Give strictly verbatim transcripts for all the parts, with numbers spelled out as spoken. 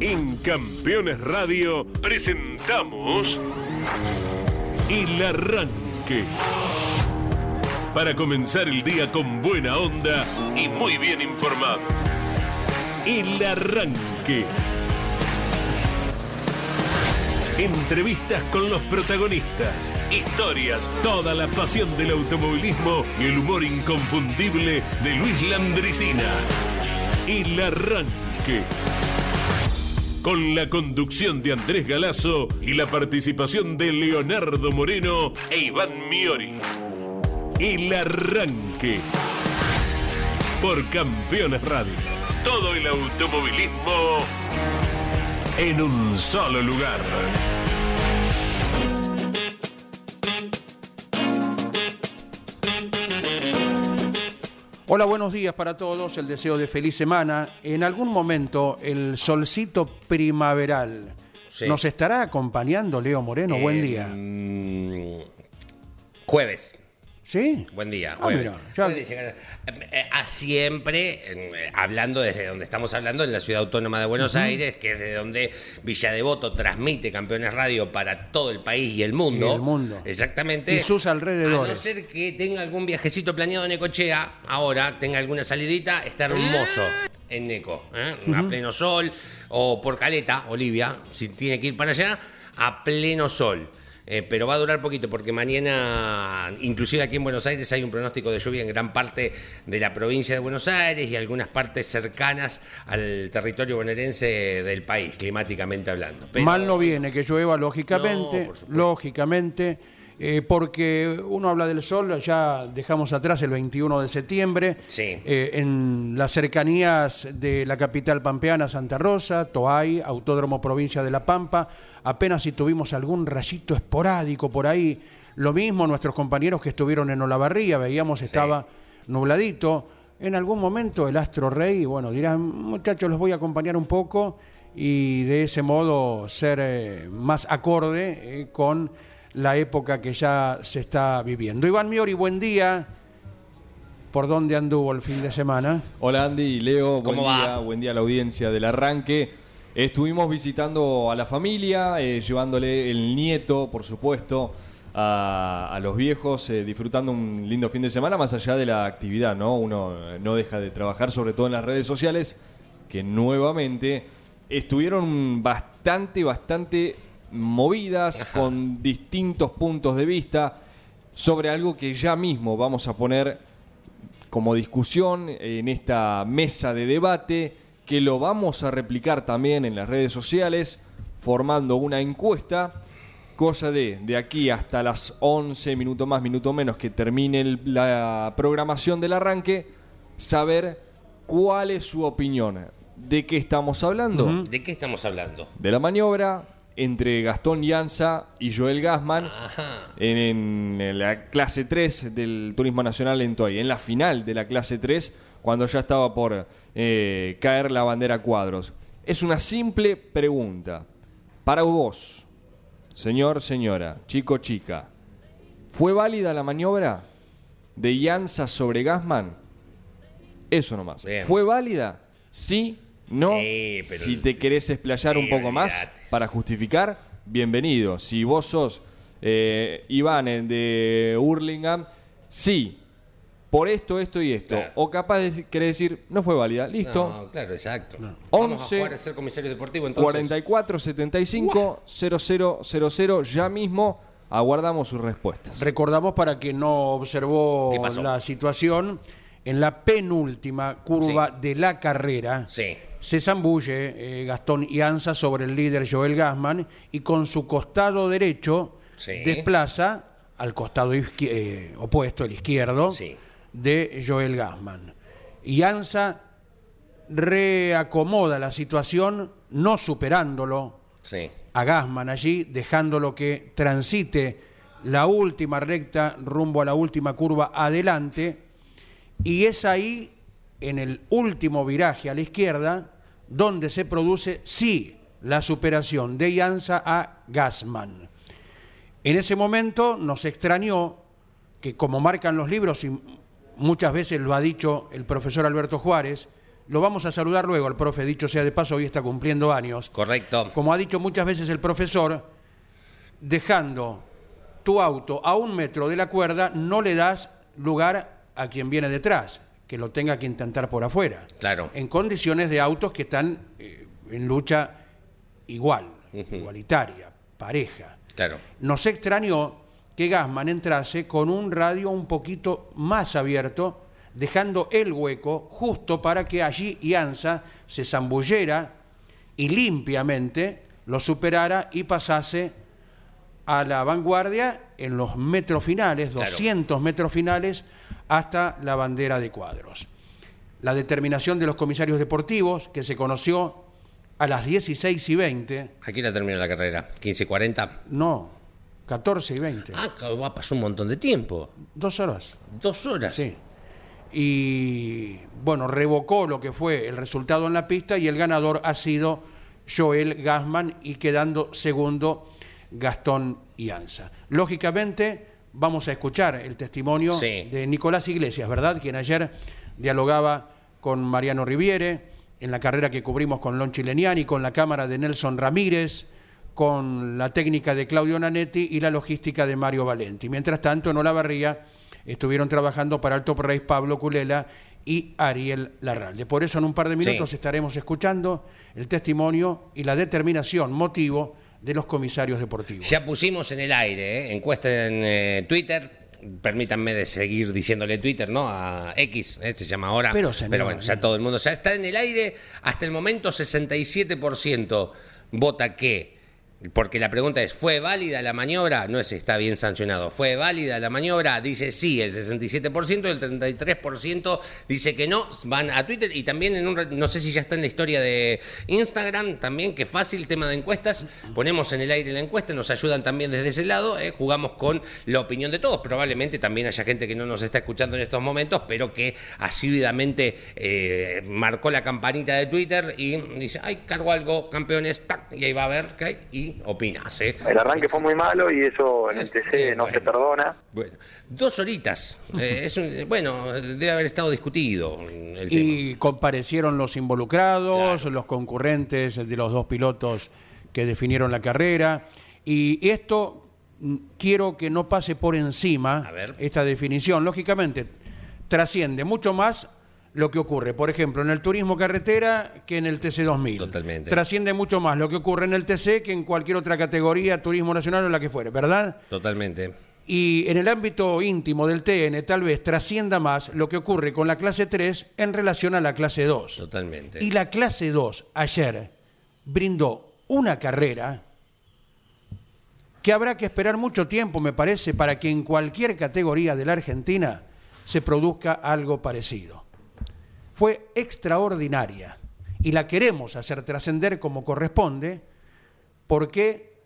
En Campeones Radio presentamos El Arranque. Para comenzar el día con buena onda y muy bien informado. El Arranque. Entrevistas con los protagonistas, historias, toda la pasión del automovilismo y el humor inconfundible de Luis Landricina. El Arranque. Con la conducción de Andrés Galazo y la participación de Leonardo Moreno e Iván Miori. El Arranque. Por Campeones Radio. Todo el automovilismo en un solo lugar. Hola, buenos días para todos, el deseo de feliz semana. En algún momento el solcito primaveral sí. ¿Nos estará acompañando, Leo Moreno? Eh, Buen día. Mmm, jueves. ¿Sí? Buen día. Ah, Jueves. mira, ya... Puede llegar a, a siempre, eh, hablando desde donde estamos hablando, en la Ciudad Autónoma de Buenos uh-huh. Aires, que es de donde Villa Devoto transmite Campeones Radio para todo el país y el mundo. Y el mundo. Exactamente. Y sus alrededores. A no ser que tenga algún viajecito planeado en Necochea, ahora tenga alguna salidita, está hermoso en Neco, ¿eh? Uh-huh. A pleno sol, o por Caleta, Olivia, si tiene que ir para allá, a pleno sol. Eh, pero va a durar poquito porque mañana, inclusive aquí en Buenos Aires, hay un pronóstico de lluvia en gran parte de la provincia de Buenos Aires y algunas partes cercanas al territorio bonaerense del país, climáticamente hablando. Pero... Mal no viene que llueva, lógicamente, no, lógicamente, eh, porque uno habla del sol, ya dejamos atrás el veintiuno de septiembre, sí. eh, en las cercanías de la capital pampeana, Santa Rosa, Toay, Autódromo Provincia de La Pampa, apenas si tuvimos algún rayito esporádico por ahí. Lo mismo nuestros compañeros que estuvieron en Olavarría, veíamos estaba sí. nubladito. En algún momento el Astro Rey, bueno, dirán, muchachos, los voy a acompañar un poco y de ese modo ser eh, más acorde eh, con la época que ya se está viviendo. Iván Miori, buen día. ¿Por dónde anduvo el fin de semana? Hola Andy, Leo, buen ¿Cómo día, va? Buen día a la audiencia del Arranque. Estuvimos visitando a la familia, eh, llevándole el nieto, por supuesto, a, a los viejos, eh, disfrutando un lindo fin de semana, más allá de la actividad, ¿no? Uno no deja de trabajar, sobre todo en las redes sociales, que nuevamente estuvieron bastante, bastante movidas, Ajá. con distintos puntos de vista, sobre algo que ya mismo vamos a poner como discusión en esta mesa de debate, que lo vamos a replicar también en las redes sociales, formando una encuesta, cosa de, de aquí hasta las once, minuto más, minuto menos, que termine el, la programación del Arranque, saber cuál es su opinión. ¿De qué estamos hablando? Uh-huh. ¿De qué estamos hablando? De la maniobra entre Gastón Ianza y Joel Gassman en, en la clase tres del Turismo Nacional en Toay, en la final de la clase tres, cuando ya estaba por eh, caer la bandera cuadros. Es una simple pregunta. Para vos, señor, señora, chico, chica, ¿fue válida la maniobra de Ianza sobre Gassman? Eso nomás. Bien. ¿Fue válida? Sí, no. Sí, pero si te querés explayar sí, un poco olvidate. Más para justificar, bienvenido. Si vos sos eh, Iván de Hurlingham, sí. Por esto, esto y esto. Claro. O capaz de querer decir, no fue válida. Listo. No, claro, exacto. No. once, Vamos a jugar a ser comisario deportivo entonces. cuarenta y cuatro, setenta y cinco, cero cero cero cero. Ya mismo aguardamos sus respuestas. Recordamos para quien no observó la situación, en la penúltima curva sí. de la carrera, sí. se zambulle eh, Gastón Ianza sobre el líder Joel Gassman y con su costado derecho sí. desplaza al costado izquier- eh, opuesto, el izquierdo, sí. de Joel Gassman. Ianza reacomoda la situación, no superándolo sí. a Gassman allí, dejándolo que transite la última recta rumbo a la última curva adelante, y es ahí, en el último viraje a la izquierda, donde se produce, sí, la superación de Ianza a Gassman. En ese momento nos extrañó que, como marcan los libros, y muchas veces lo ha dicho el profesor Alberto Juárez, lo vamos a saludar luego al profe, dicho sea de paso, hoy está cumpliendo años. Correcto. Como ha dicho muchas veces el profesor, dejando tu auto a un metro de la cuerda, no le das lugar a quien viene detrás, que lo tenga que intentar por afuera. Claro. En condiciones de autos que están eh, en lucha igual, uh-huh. igualitaria, pareja. Claro. Nos extrañó que Gassman entrase con un radio un poquito más abierto, dejando el hueco justo para que allí Ianza se zambullera y limpiamente lo superara y pasase a la vanguardia en los metros finales, claro. doscientos metros finales, hasta la bandera de cuadros. La determinación de los comisarios deportivos, que se conoció a las dieciséis y veinte. ¿Aquí la terminó la carrera? ¿quince y cuarenta? No, catorce y veinte. Ah, va a pasar un montón de tiempo. Dos horas. Dos horas. Sí. Y bueno, revocó lo que fue el resultado en la pista y el ganador ha sido Joel Gassman y quedando segundo Gastón Ianza. Lógicamente vamos a escuchar el testimonio sí. de Nicolás Iglesias, ¿verdad? Quien ayer dialogaba con Mariano Riviere en la carrera que cubrimos con Lonchi Leniani, con la cámara de Nelson Ramírez, con la técnica de Claudio Nanetti y la logística de Mario Valenti. Mientras tanto, en Olavarría estuvieron trabajando para el Top Race Pablo Culela y Ariel Larralde. Por eso en un par de minutos sí. estaremos escuchando el testimonio y la determinación, motivo de los comisarios deportivos. Ya pusimos en el aire, ¿eh? encuesta en eh, Twitter, permítanme de seguir diciéndole Twitter, ¿no? A X, ¿eh? se llama ahora, pero, señor, pero bueno, ya todo el mundo, ya está en el aire, hasta el momento sesenta y siete por ciento vota que, porque la pregunta es, ¿fue válida la maniobra? No es si está bien sancionado. ¿Fue válida la maniobra? Dice sí, el sesenta y siete por ciento, el treinta y tres por ciento dice que no. Van a Twitter y también, en un, no sé si ya está en la historia de Instagram, también, que fácil, tema de encuestas. Ponemos en el aire la encuesta, nos ayudan también desde ese lado. Eh, jugamos con la opinión de todos. Probablemente también haya gente que no nos está escuchando en estos momentos, pero que asiduamente eh, marcó la campanita de Twitter y dice, ay, cargo algo, campeones, tac, y ahí va a ver qué hay. Y opinas, ¿eh? El arranque fue muy malo y eso en el T C eh, no bueno, se perdona. Bueno, dos horitas. Eh, es un, bueno, debe haber estado discutido el y tema. Comparecieron los involucrados, claro. los concurrentes de los dos pilotos que definieron la carrera. Y esto quiero que no pase por encima, esta definición. Lógicamente, trasciende mucho más lo que ocurre, por ejemplo, en el turismo carretera que en el T C dos mil. Totalmente. Trasciende mucho más lo que ocurre en el T C que en cualquier otra categoría, turismo nacional o la que fuere, ¿verdad? Totalmente. Y en el ámbito íntimo del T N tal vez trascienda más lo que ocurre con la clase tres en relación a la clase dos. Totalmente. Y la clase dos ayer brindó una carrera que habrá que esperar mucho tiempo, me parece, para que en cualquier categoría de la Argentina se produzca algo parecido. Fue extraordinaria y la queremos hacer trascender como corresponde porque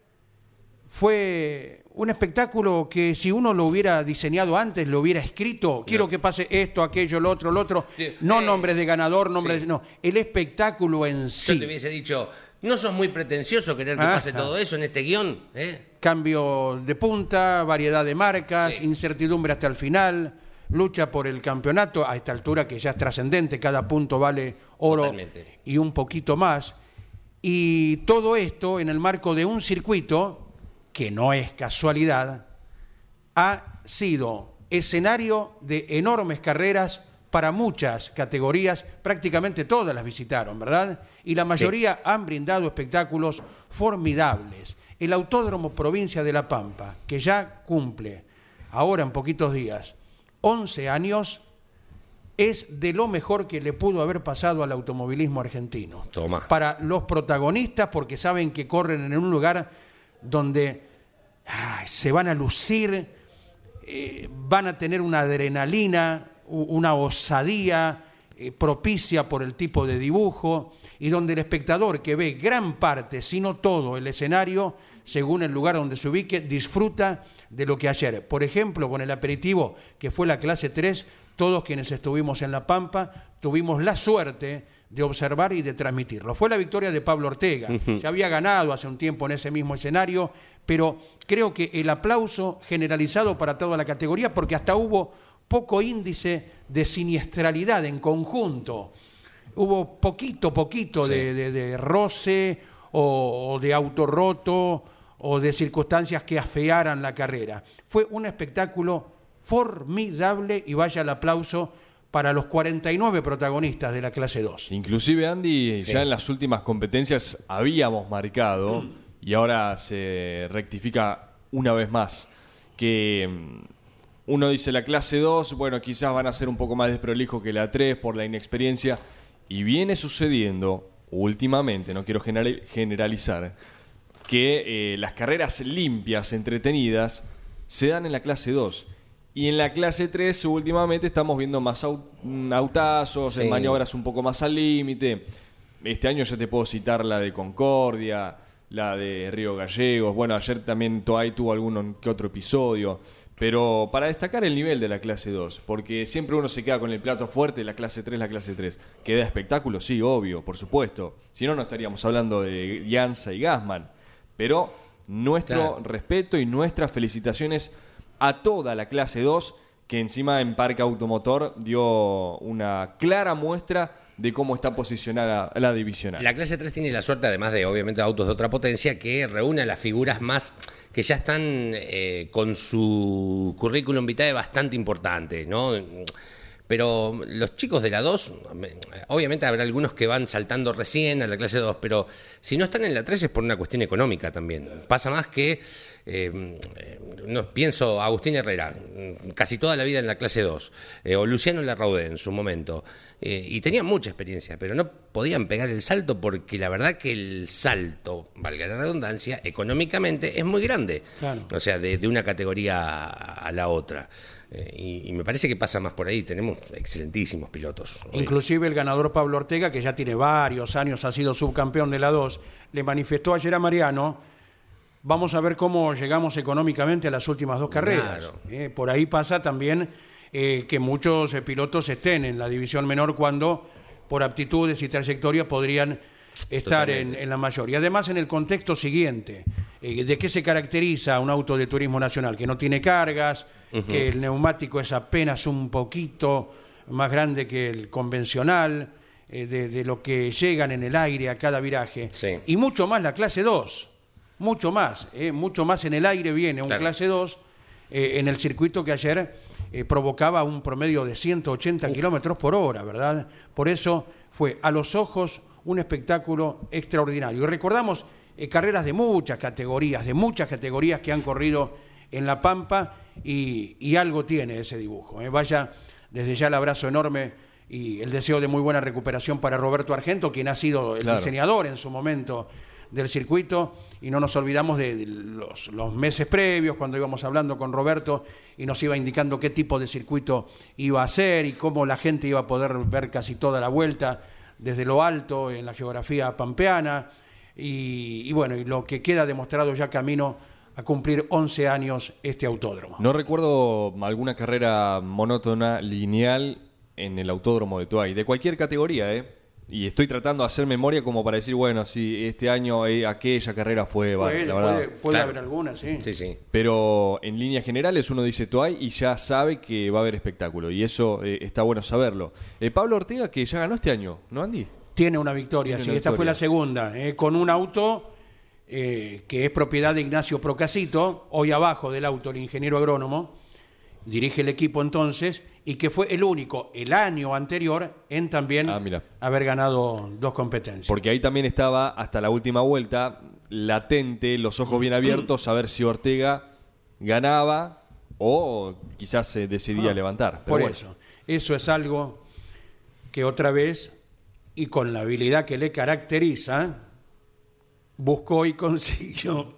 fue un espectáculo que si uno lo hubiera diseñado antes, lo hubiera escrito, quiero no. que pase esto, aquello, lo otro, lo otro, sí. no eh, nombres de ganador, nombres sí. de... No, el espectáculo en sí. Yo te hubiese dicho, ¿no sos muy pretencioso querer que Ajá. pase todo eso en este guión? ¿Eh? Cambio de punta, variedad de marcas, sí. incertidumbre hasta el final... lucha por el campeonato a esta altura que ya es trascendente, cada punto vale oro Totalmente. Y un poquito más. Y todo esto en el marco de un circuito que no es casualidad, ha sido escenario de enormes carreras para muchas categorías, prácticamente todas las visitaron, ¿verdad? Y la mayoría sí. han brindado espectáculos formidables. El Autódromo Provincia de La Pampa, que ya cumple ahora en poquitos días once años, es de lo mejor que le pudo haber pasado al automovilismo argentino. Toma. Para los protagonistas, porque saben que corren en un lugar donde ay, se van a lucir, eh, van a tener una adrenalina, una osadía eh, propicia por el tipo de dibujo, y donde el espectador que ve gran parte, si no todo, el escenario, según el lugar donde se ubique, disfruta de lo que ayer, por ejemplo, con el aperitivo que fue la clase tres, todos quienes estuvimos en La Pampa tuvimos la suerte de observar y de transmitirlo. Fue la victoria de Pablo Ortega, uh-huh. ya había ganado hace un tiempo en ese mismo escenario, pero creo que el aplauso generalizado para toda la categoría, porque hasta hubo poco índice de siniestralidad en conjunto. hubo poquito, poquito Sí. de, de, de roce o, o de auto roto o de circunstancias que afearan la carrera. Fue un espectáculo formidable y vaya el aplauso para los cuarenta y nueve protagonistas de la clase dos. Inclusive, Andy, Sí. ya en las últimas competencias habíamos marcado, Mm. y ahora se rectifica una vez más, que mm, uno dice la clase dos, bueno, quizás van a ser un poco más desprolijo que la tres por la inexperiencia, y viene sucediendo últimamente, no quiero general- generalizar, que eh, las carreras limpias, entretenidas, se dan en la clase dos. Y en la clase tres últimamente estamos viendo más au- mm, autazos, Sí. maniobras un poco más al límite. Este año ya te puedo citar la de Concordia, la de Río Gallegos. Bueno, ayer también Toay tuvo algún que otro episodio. Pero para destacar el nivel de la clase dos, porque siempre uno se queda con el plato fuerte, la clase tres, la clase tres. ¿Queda espectáculo? Sí, obvio, por supuesto. Si no, no estaríamos hablando de Llanza y Gassman. Pero nuestro Claro. respeto y nuestras felicitaciones a toda la clase dos, que encima en Parque Automotor dio una clara muestra de cómo está posicionada la divisional. La clase tres tiene la suerte, además de obviamente autos de otra potencia, que reúne a las figuras más que ya están eh, con su currículum vitae bastante importante, ¿no? Pero los chicos de la dos, obviamente habrá algunos que van saltando recién a la clase dos, pero si no están en la tres es por una cuestión económica también. Pasa más que, eh, no, pienso Agustín Herrera, casi toda la vida en la clase dos, eh, o Luciano Larraudé en su momento, eh, y tenían mucha experiencia, pero no podían pegar el salto porque la verdad que el salto, valga la redundancia, económicamente es muy grande. Claro. O sea, de, de una categoría a la otra. Eh, y, y me parece que pasa más por ahí. Tenemos excelentísimos pilotos. Inclusive el ganador Pablo Ortega, que ya tiene varios años, ha sido subcampeón de la dos, le manifestó ayer a Mariano, vamos a ver cómo llegamos económicamente a las últimas dos carreras. Claro. Eh, por ahí pasa también eh, que muchos eh, pilotos estén en la división menor cuando por aptitudes y trayectoria podrían estar en, en la mayor. Y además en el contexto siguiente, eh, ¿de qué se caracteriza un auto de turismo nacional? Que no tiene cargas, uh-huh. que el neumático es apenas un poquito más grande que el convencional, eh, de, de lo que llegan en el aire a cada viraje. Sí. Y mucho más la clase dos, mucho más, eh, mucho más en el aire viene un Claro. clase dos eh, en el circuito que ayer eh, provocaba un promedio de ciento ochenta kilómetros por hora, ¿verdad? Por eso fue a los ojos un espectáculo extraordinario. Y recordamos eh, carreras de muchas categorías, de muchas categorías que han corrido en La Pampa y, y algo tiene ese dibujo. ¿eh? Vaya, desde ya el abrazo enorme y el deseo de muy buena recuperación para Roberto Argento, quien ha sido el Claro. diseñador en su momento del circuito, y no nos olvidamos de los, los meses previos, cuando íbamos hablando con Roberto y nos iba indicando qué tipo de circuito iba a ser y cómo la gente iba a poder ver casi toda la vuelta desde lo alto en la geografía pampeana, y, y bueno, y lo que queda demostrado ya camino a cumplir once años este autódromo. No recuerdo alguna carrera monótona, lineal, en el autódromo de Toay, de cualquier categoría, ¿eh? Y estoy tratando de hacer memoria como para decir, bueno, sí, este año eh, aquella carrera fue, va, Puede, la verdad. puede, puede Claro. haber alguna, sí. Sí, sí. Pero en líneas generales uno dice Toay y ya sabe que va a haber espectáculo. Y eso eh, está bueno saberlo. Eh, Pablo Ortega, que ya ganó este año, ¿no, Andy? Tiene una victoria, Tiene sí, una esta fue victoria. la segunda, eh, con un auto eh, que es propiedad de Ignacio Procasito, hoy abajo del auto el ingeniero agrónomo, dirige el equipo entonces, y que fue el único el año anterior en también Ah, mira. haber ganado dos competencias. Porque ahí también estaba hasta la última vuelta latente, los ojos bien abiertos, a ver si Ortega ganaba o quizás se decidía Ah, levantar. Pero Por bueno. eso, eso es algo que otra vez, y con la habilidad que le caracteriza, buscó y consiguió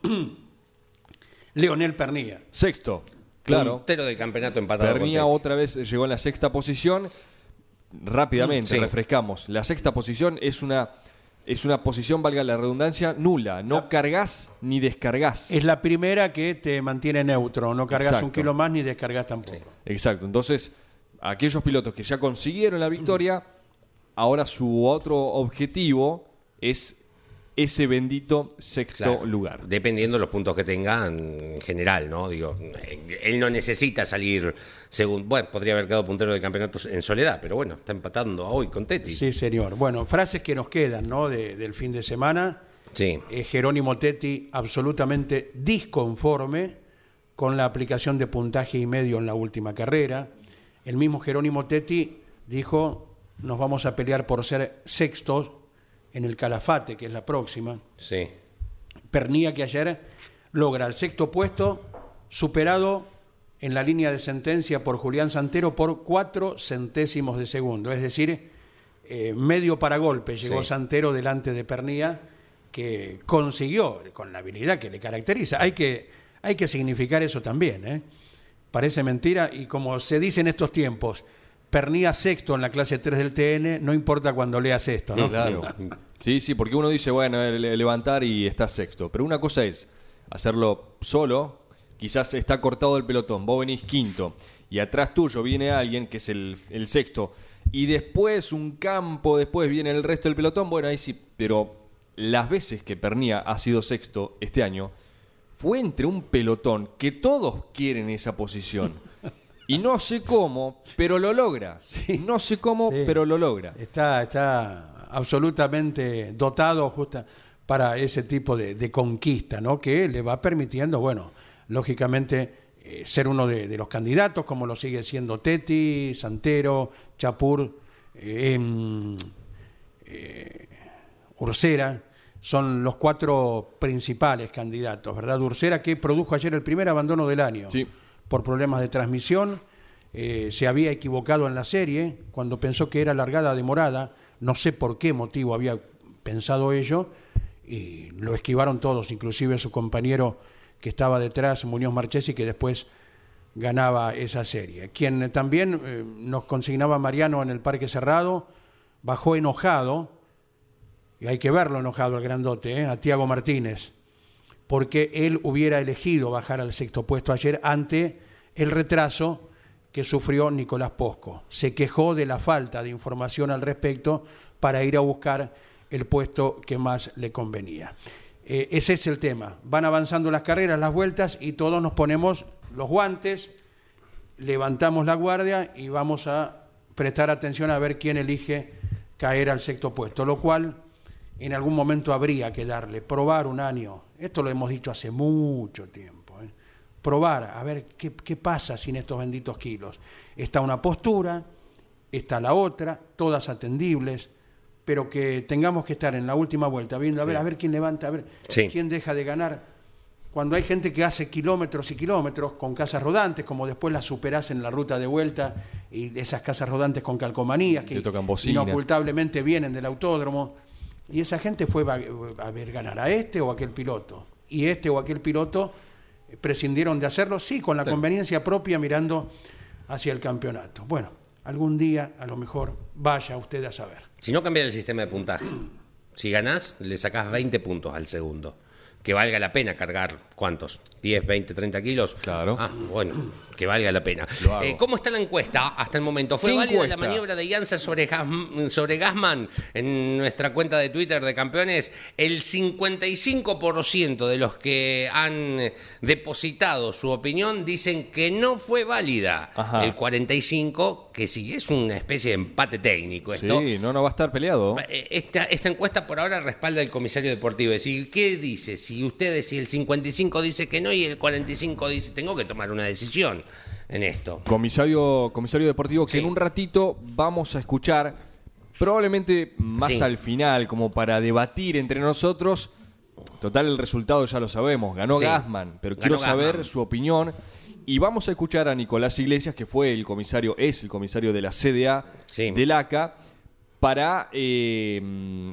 Leonel Pernía. Sexto, claro. Puntero del campeonato empatado. Pernía con Teti. otra vez llegó en la sexta posición. Rápidamente, Sí. refrescamos. La sexta posición es una, es una posición, valga la redundancia, nula. No cargas ni descargas. Es la primera que te mantiene neutro, no cargas Exacto. un kilo más ni descargas tampoco. Sí. Exacto. Entonces, aquellos pilotos que ya consiguieron la victoria, ahora su otro objetivo es ese bendito sexto Claro, lugar. Dependiendo de los puntos que tenga en general, ¿no? Digo, él no necesita salir según... Bueno, podría haber quedado puntero del campeonato en soledad, pero bueno, está empatando hoy con Tetti. Sí, señor. Bueno, frases que nos quedan, ¿no? De, del fin de semana. Sí. Eh, Jerónimo Tetti absolutamente disconforme con la aplicación de puntaje y medio en la última carrera. El mismo Jerónimo Tetti dijo, nos vamos a pelear por ser sextos en el Calafate, que es la próxima. Sí. Pernía, que ayer logra el sexto puesto, superado en la línea de sentencia por Julián Santero por cuatro centésimos de segundo. Es decir, eh, medio paragolpe llegó Sí. Santero delante de Pernía, que consiguió, con la habilidad que le caracteriza. Hay que, hay que significar eso también, ¿eh? Parece mentira, y como se dice en estos tiempos, Pernía sexto en la clase tres del T N, no importa cuando leas esto, ¿no? Claro. Sí, sí, porque uno dice, bueno, le- levantar y está sexto. Pero una cosa es hacerlo solo, quizás está cortado el pelotón, vos venís quinto, y atrás tuyo viene alguien que es el, el sexto, y después un campo, después viene el resto del pelotón, bueno, ahí sí, pero las veces que Pernía ha sido sexto este año, fue entre un pelotón que todos quieren esa posición. Y no sé cómo, pero lo logra. No sé cómo, Sí. pero lo logra. Está, está absolutamente dotado justa para ese tipo de, de conquista, ¿no? Que le va permitiendo, bueno, lógicamente, eh, ser uno de, de los candidatos, como lo sigue siendo Tetti, Santero, Chapur, eh, em, eh, Ursera. Son los cuatro principales candidatos, ¿verdad? Ursera, que produjo ayer el primer abandono del año. Sí. Por problemas de transmisión, eh, se había equivocado en la serie, cuando pensó que era largada demorada, no sé por qué motivo había pensado ello, y lo esquivaron todos, inclusive su compañero que estaba detrás, Muñoz Marchesi, que después ganaba esa serie. Quien también eh, nos consignaba Mariano en el Parque Cerrado, bajó enojado, y hay que verlo enojado al grandote, ¿eh? A Tiago Martínez, porque él hubiera elegido bajar al sexto puesto ayer ante el retraso que sufrió Nicolás Posco. Se quejó de la falta de información al respecto para ir a buscar el puesto que más le convenía. Eh, ese es el tema. Van avanzando las carreras, las vueltas, y todos nos ponemos los guantes, levantamos la guardia y vamos a prestar atención a ver quién elige caer al sexto puesto, lo cual en algún momento habría que darle, probar un año. Esto lo hemos dicho hace mucho tiempo, ¿eh? Probar, a ver qué, qué pasa sin estos benditos kilos. Está una postura, está la otra, todas atendibles, pero que tengamos que estar en la última vuelta viendo, a ver, a ver quién levanta, a ver Sí. quién deja de ganar. Cuando hay gente que hace kilómetros y kilómetros con casas rodantes, como después las superás en la ruta de vuelta, y esas casas rodantes con calcomanías que Te tocan bocina. inocultablemente vienen del autódromo, y esa gente fue a ver ganar a este o aquel piloto, y este o aquel piloto prescindieron de hacerlo, sí, con la Sí. conveniencia propia, mirando hacia el campeonato. Bueno, algún día a lo mejor vaya usted a saber. Si no cambia el sistema de puntaje, si ganás, le sacás veinte puntos al segundo. Que valga la pena cargar, ¿cuántos? ¿diez, veinte, treinta kilos? Claro. Ah, bueno, que valga la pena. Lo hago. Eh, ¿Cómo está la encuesta hasta el momento? ¿Fue ¿Qué válida encuesta? la maniobra de Janssen sobre, Gas- sobre Gassman en nuestra cuenta de Twitter de Campeones? El cincuenta y cinco por ciento de los que han depositado su opinión dicen que no fue válida. Ajá. El cuarenta y cinco por ciento que sí, es una especie de empate técnico esto. Sí, no, no va a estar peleado. Eh, Esta, esta encuesta por ahora respalda el comisario deportivo. Es decir, ¿qué dice? Si ustedes, si el cincuenta y cinco dice que no y el cuarenta y cinco dice, tengo que tomar una decisión en esto. Comisario, comisario deportivo, que Sí. en un ratito vamos a escuchar, probablemente más Sí. al final, como para debatir entre nosotros. Total, el resultado ya lo sabemos, ganó Sí. Gassman, pero Ganó quiero saber Gassman. su opinión. Y vamos a escuchar a Nicolás Iglesias, que fue el comisario, es el comisario de la C D A Sí. del A C A, para eh,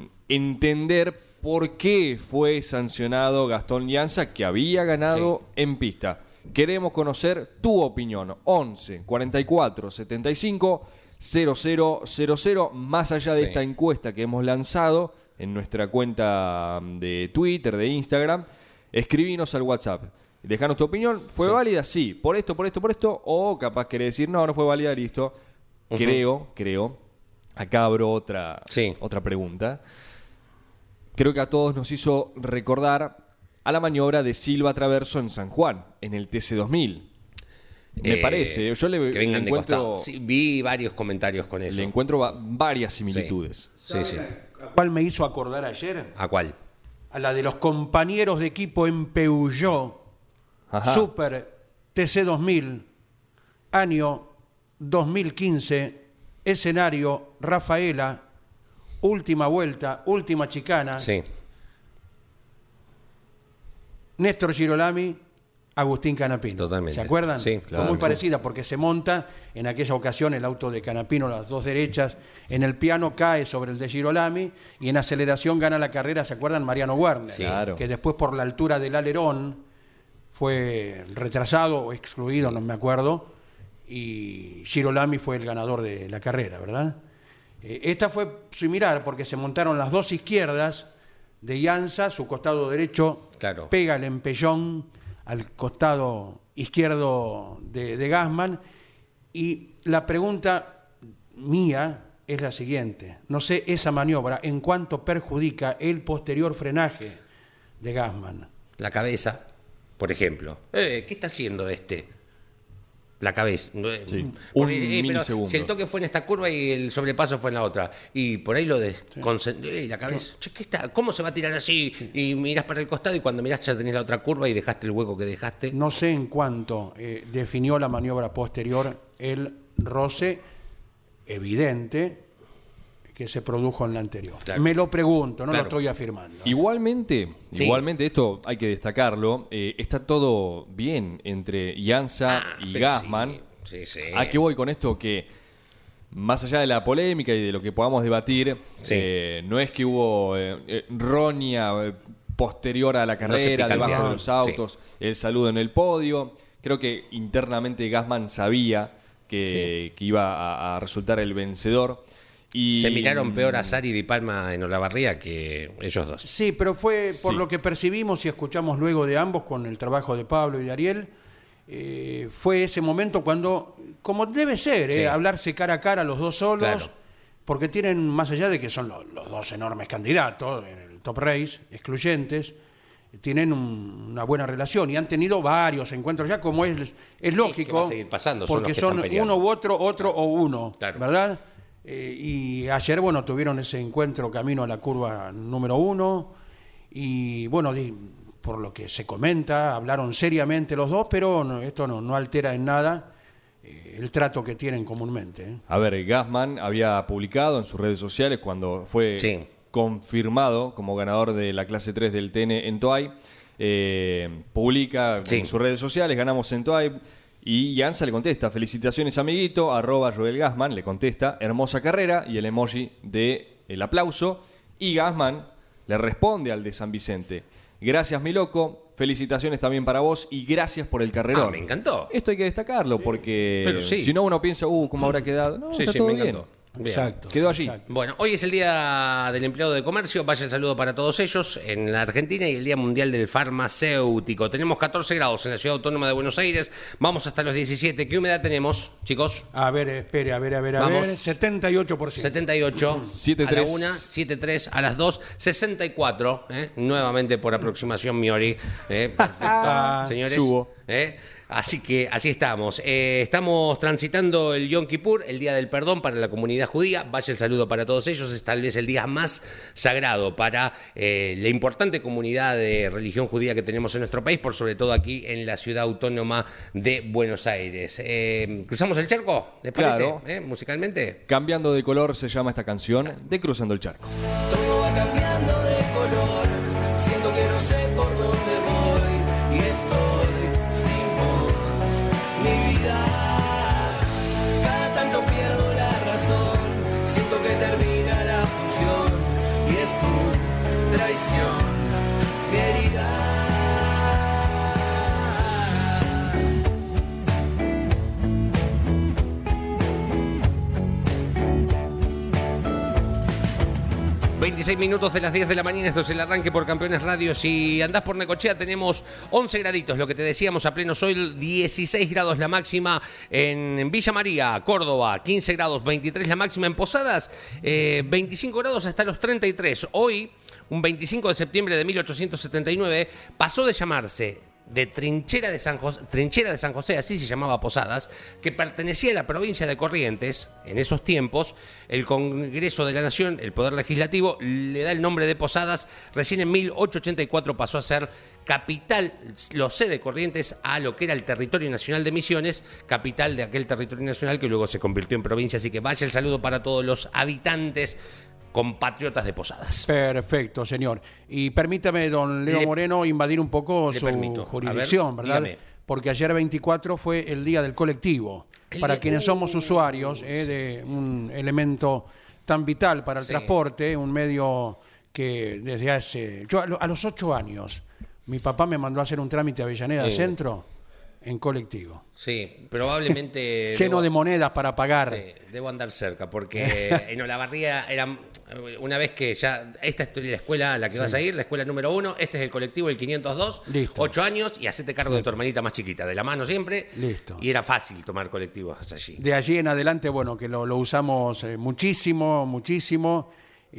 entender por qué fue sancionado Gastón Llanza, que había ganado en pista. Queremos conocer tu opinión. once, cuarenta y cuatro, setenta y cinco, cero cero cero cero. Más allá de Sí. esta encuesta que hemos lanzado en nuestra cuenta de Twitter, de Instagram, escribinos al WhatsApp. Dejanos tu opinión. ¿Fue Sí. válida? Sí. ¿Por esto, por esto, por esto? O capaz querés decir, no, no fue válida, listo. Creo, creo. Acá abro otra, Sí. otra pregunta. creo que a todos nos hizo recordar a la maniobra de Silva Traverso en San Juan, en el T C dos mil. Me Eh, parece, yo le, que vengan le de encuentro, costado. Sí, vi varios comentarios con eso. le encuentro va- varias similitudes. Sí, sí. ¿A cuál me hizo acordar ayer? ¿A cuál? A la de los compañeros de equipo en Peugeot, Ajá. Super T C dos mil, año dos mil quince, escenario Rafaela, última vuelta, última chicana, Sí. Néstor Girolami, Agustín Canapino. Totalmente. ¿Se acuerdan? Sí, Fue claro. muy parecida porque se monta en aquella ocasión el auto de Canapino, las dos derechas, en el piano cae sobre el de Girolami y en aceleración gana la carrera, ¿se acuerdan? Mariano Werner, Sí. Claro. que después por la altura del alerón fue retrasado o excluido, no me acuerdo, y Girolami fue el ganador de la carrera, ¿verdad? Eh, esta fue similar porque se montaron las dos izquierdas de Ianza, su costado derecho Claro. pega el empellón al costado izquierdo de, de Gassman, y la pregunta mía es la siguiente: no sé esa maniobra en cuánto perjudica el posterior frenaje de Gassman. La cabeza, por ejemplo. Eh, ¿Qué está haciendo este? La cabeza. Sí, Porque, un eh, pero milisegundo. si el toque fue en esta curva y el sobrepaso fue en la otra, y por ahí lo desconcentró, eh, la cabeza, che, ¿qué está? ¿Cómo se va a tirar así? Y mirás para el costado y cuando mirás ya tenés la otra curva y dejaste el hueco que dejaste. No sé en cuánto eh, definió la maniobra posterior el roce evidente que se produjo en la anterior. Claro. Me lo pregunto, no Claro. lo estoy afirmando. Igualmente, Sí. igualmente esto hay que destacarlo, eh, está todo bien entre Ianza Ah, y pero Gassman. sí, sí, sí. ¿A qué voy con esto? Que más allá de la polémica y de lo que podamos debatir, Sí. eh, no es que hubo eh, eh, roña eh, posterior a la se carrera, debajo picantearon, de los autos, el saludo en el podio. Creo que internamente Gassman sabía que, que iba a, a resultar el vencedor. Y Se miraron peor a Sari y Di Palma en Olavarría que ellos dos. Sí, pero fue por Sí. lo que percibimos y escuchamos luego de ambos con el trabajo de Pablo y de Ariel, eh, fue ese momento cuando, como debe ser, Sí. eh, hablarse cara a cara los dos solos, Claro. porque tienen, más allá de que son los, los dos enormes candidatos en el Top Race, excluyentes, tienen un- una buena relación y han tenido varios encuentros ya, como es, es lógico, va a seguir pasando, son porque los que son están peleando. uno u otro, otro o uno, Claro. ¿verdad? Eh, y ayer, bueno, tuvieron ese encuentro camino a la curva número uno y, bueno, di- por lo que se comenta, hablaron seriamente los dos, pero no, esto no, no altera en nada eh, el trato que tienen comúnmente. ¿eh? A ver, Gassman había publicado en sus redes sociales cuando fue Sí. confirmado como ganador de la clase tres del T N en Toay. Eh, publica Sí. en sus redes sociales, ganamos en Toay. Y Ianza le contesta, felicitaciones amiguito, arroba Joel Gassman, le contesta, hermosa carrera, y el emoji de el aplauso. Y Gassman le responde al de San Vicente, gracias mi loco, felicitaciones también para vos y gracias por el carrerón. Ah, me encantó. Esto hay que destacarlo porque Pero sí. si no uno piensa, uh, ¿cómo habrá quedado? No, Sí, está sí, todo me bien. encantó. Bien. Exacto. Quedó allí. exacto. Bueno, hoy es el Día del Empleado de Comercio, vaya el saludo para todos ellos en la Argentina y el Día Mundial del Farmacéutico. Tenemos catorce grados en la Ciudad Autónoma de Buenos Aires, vamos hasta los diecisiete. ¿Qué humedad tenemos, chicos? A ver, espere, a ver, a ver, a Vamos. ver, setenta y ocho por ciento. setenta y ocho siete a tres. la una, siete tres a las dos, sesenta y cuatro, ¿eh? Nuevamente por aproximación Miori, ¿eh? Perfecto, señores. Subo. ¿eh? Así que así estamos. Eh, estamos transitando el Yom Kippur, el Día del Perdón para la comunidad judía. Vaya el saludo para todos ellos. Es tal vez el día más sagrado para eh, la importante comunidad de religión judía que tenemos en nuestro país, por sobre todo aquí en la Ciudad Autónoma de Buenos Aires. Eh, ¿Cruzamos el charco? ¿Les parece? Claro. ¿Eh? Musicalmente. Cambiando de color se llama esta canción de Cruzando el Charco. Todo va cambiando de color, siento que no sé por dónde voy y estoy sin vos, mi vida. Cada tanto pierdo la razón, siento que termina la función y es tu traición, mi herida. veintiséis minutos de las diez de la mañana, esto es el arranque por Campeones Radio. Si andás por Necochea tenemos once graditos, lo que te decíamos a pleno sol, dieciséis grados la máxima en Villa María, Córdoba, quince grados, veintitrés la máxima en Posadas, eh, veinticinco grados hasta los treinta y tres. Hoy un veinticinco de septiembre de mil ochocientos setenta y nueve, pasó de llamarse de Trinchera de San José, Trinchera de San José, así se llamaba Posadas, que pertenecía a la provincia de Corrientes. En esos tiempos, el Congreso de la Nación, el Poder Legislativo, le da el nombre de Posadas. Recién en mil ochocientos ochenta y cuatro pasó a ser capital, lo sé, de Corrientes, a lo que era el territorio nacional de Misiones, capital de aquel territorio nacional que luego se convirtió en provincia. Así que vaya el saludo para todos los habitantes compatriotas de Posadas. Perfecto, señor. Y permítame, don Leo Le- Moreno, invadir un poco Le su permito. jurisdicción, A ver, ¿verdad? dígame. Porque ayer veinticuatro fue el día del colectivo. El Para día- quienes somos Uh, usuarios eh, de un elemento tan vital para el Sí. transporte, un medio que desde hace... Yo a, lo- a los ocho años, mi papá me mandó a hacer un trámite a Avellaneda Sí. Centro en colectivo. Sí, probablemente... Lleno debo- de monedas para pagar. Sí, debo andar cerca, porque en Olavarría era una vez que ya, esta es la escuela a la que vas a ir, la escuela número uno, este es el colectivo, el quinientos dos, Listo. ocho años, y hacete cargo de tu hermanita más chiquita, de la mano siempre. Listo. Y era fácil tomar colectivos hasta allí. De allí en adelante, bueno, que lo, lo usamos eh, muchísimo, muchísimo.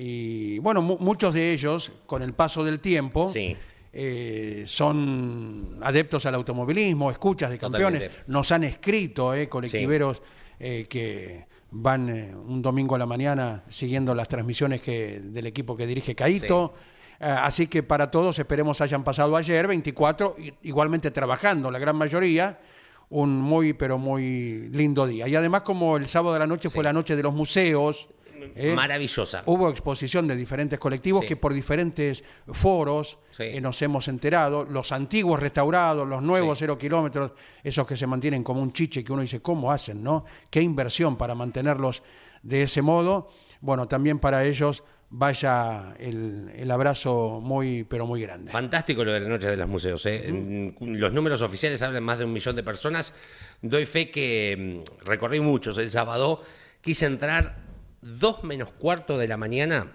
Y bueno, mu- muchos de ellos, con el paso del tiempo, Sí. eh, son adeptos al automovilismo, escuchas de campeones. Totalmente. Nos han escrito eh, colectiveros eh, que van eh, un domingo a la mañana siguiendo las transmisiones que, del equipo que dirige Caíto. Eh, así que para todos esperemos hayan pasado ayer, veinticuatro, i- igualmente trabajando, la gran mayoría, un muy, pero muy lindo día. Y además, como el sábado de la noche Sí. fue la noche de los museos, eh, Maravillosa. hubo exposición de diferentes colectivos Sí. que por diferentes foros Sí. eh, nos hemos enterado, los antiguos restaurados, los nuevos Sí. cero kilómetros, esos que se mantienen como un chiche que uno dice, ¿cómo hacen, no? ¿Qué inversión para mantenerlos de ese modo? Bueno, también para ellos vaya el, el abrazo muy, pero muy grande. Fantástico lo de la noche de los museos. ¿eh? En- Los números oficiales hablan más de un millón de personas. Doy fe que mm, recorrí muchos el sábado. Quise entrar dos menos cuarto de la mañana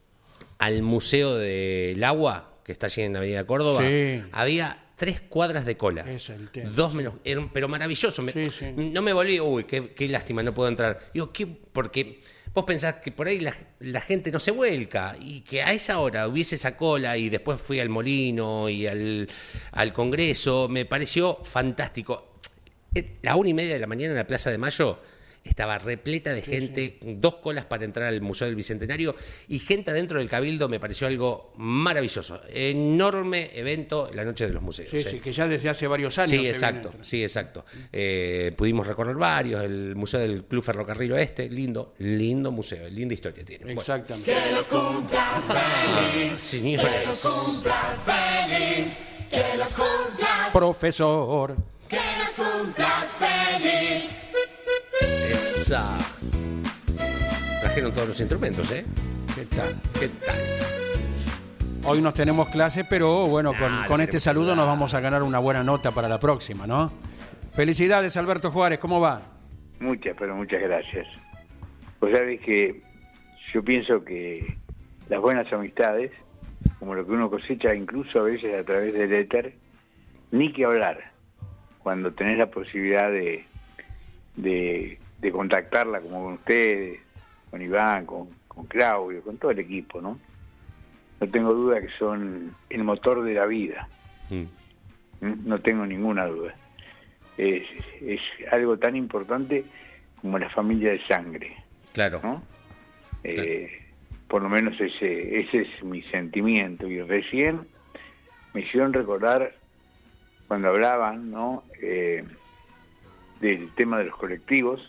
al Museo del Agua, que está allí en la Avenida Córdoba. Sí. Había tres cuadras de cola. Es el tema, Dos menos, era un- pero maravilloso. Me- Sí, sí. No me volví, uy, qué, qué lástima, no puedo entrar. Digo, ¿qué? Porque vos pensás que por ahí la, la gente no se vuelca y que a esa hora hubiese esa cola, y después fui al Molino y al, al Congreso. Me pareció fantástico. Eh, La una y media de la mañana en la Plaza de Mayo estaba repleta de gente, dos colas para entrar al Museo del Bicentenario y gente adentro del Cabildo. Me pareció algo maravilloso. Enorme evento la noche de los museos. Sí, ¿eh? sí, que ya desde hace varios años. Sí, se exacto, viene- sí, exacto. Eh, pudimos recorrer varios, el Museo del Club Ferrocarril Oeste, lindo, lindo museo, linda historia tiene. Bueno, Exactamente. señores, Profesor. esa... Trajeron todos los instrumentos, ¿eh? ¿Qué tal? ¿Qué tal? Hoy nos tenemos clase, pero bueno, con, Nah, con lo este queremos saludo nos saludar. vamos a ganar una buena nota para la próxima, ¿no? Felicidades, Alberto Juárez, ¿cómo va? Muchas, pero muchas gracias. Pues sabés que yo pienso que las buenas amistades, como lo que uno cosecha incluso a veces a través del éter, ni que hablar, cuando tenés la posibilidad de, de, de contactarla, como con ustedes, con Iván, con, con Claudio, con todo el equipo, ¿no? No tengo duda que son el motor de la vida. Mm. ¿Mm? No tengo ninguna duda. Es, es algo tan importante como la familia de sangre, Claro. ¿no? Eh, por lo menos ese ese es mi sentimiento. Y recién me hicieron recordar cuando hablaban, ¿no? Eh, del tema de los colectivos.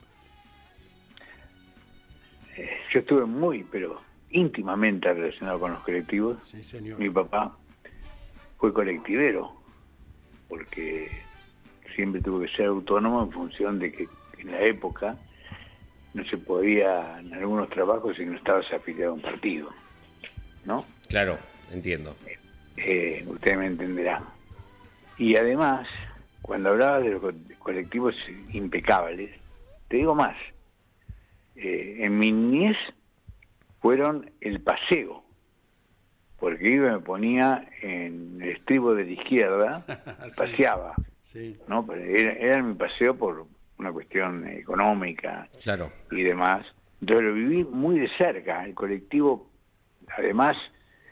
Eh, yo estuve muy, pero íntimamente relacionado con los colectivos. Sí, señor. Mi papá fue colectivero, porque siempre tuvo que ser autónomo en función de que en la época no se podía en algunos trabajos si no estabas afiliado a un partido, ¿no? Claro, entiendo. Eh, usted me entenderá. Y además, cuando hablaba de los co- colectivos impecables, te digo más, eh, en mi niñez fueron el paseo, porque iba y me ponía en el estribo de la izquierda, Sí. paseaba, Sí. ¿no? Pero era, era mi paseo por una cuestión económica Claro. y demás. Entonces lo viví muy de cerca. El colectivo, además,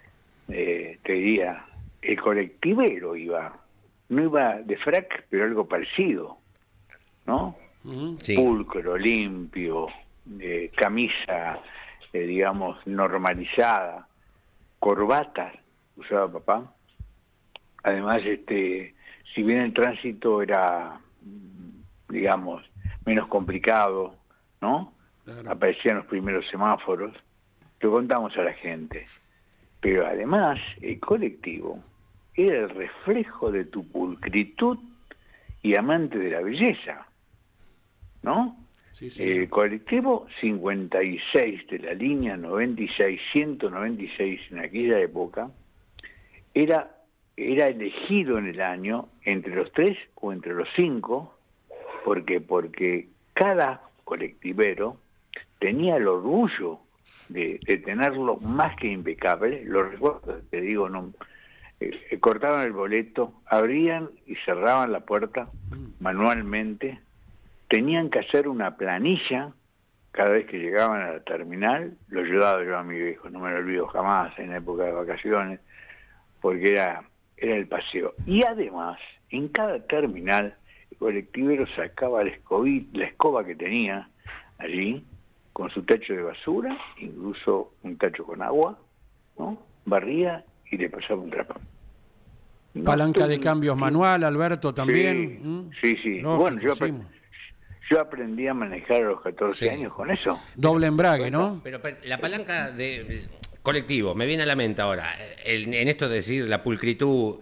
eh, te diría, el colectivero iba, no iba de frac, pero algo parecido, ¿no? Sí. Pulcro, limpio, eh, camisa, eh, digamos, normalizada, corbata usaba papá. Además, este, si bien el tránsito era, digamos, menos complicado, ¿no? Claro. Aparecían los primeros semáforos, lo contamos a la gente. Pero además, el colectivo era el reflejo de tu pulcritud y amante de la belleza, ¿no? Sí, sí. El colectivo cincuenta y seis de la línea noventa y seis, ciento noventa y seis en aquella época, era, era elegido en el año entre los tres o entre los cinco, porque, porque cada colectivero tenía el orgullo de, de tenerlo más que impecable. Lo recuerdo, te digo, no, eh, cortaban el boleto, abrían y cerraban la puerta manualmente. Tenían que hacer una planilla cada vez que llegaban a la terminal. Lo ayudaba yo a mi viejo, no me lo olvido jamás, en la época de vacaciones, porque era, era el paseo. Y además, en cada terminal, el colectivero sacaba la, escobi, la escoba que tenía allí, con su tacho de basura, incluso un tacho con agua, ¿no? Barría y le pasaba un trapo. No Palanca estoy, de cambios sí. manual, Alberto, también. Sí, ¿Mm? sí. sí. No, bueno, yo aprendí. Yo aprendí a manejar a los catorce sí. años con eso. Doble embrague, ¿no? Pero, pero la palanca de colectivo, me viene a la mente ahora, el, en esto de decir la pulcritud,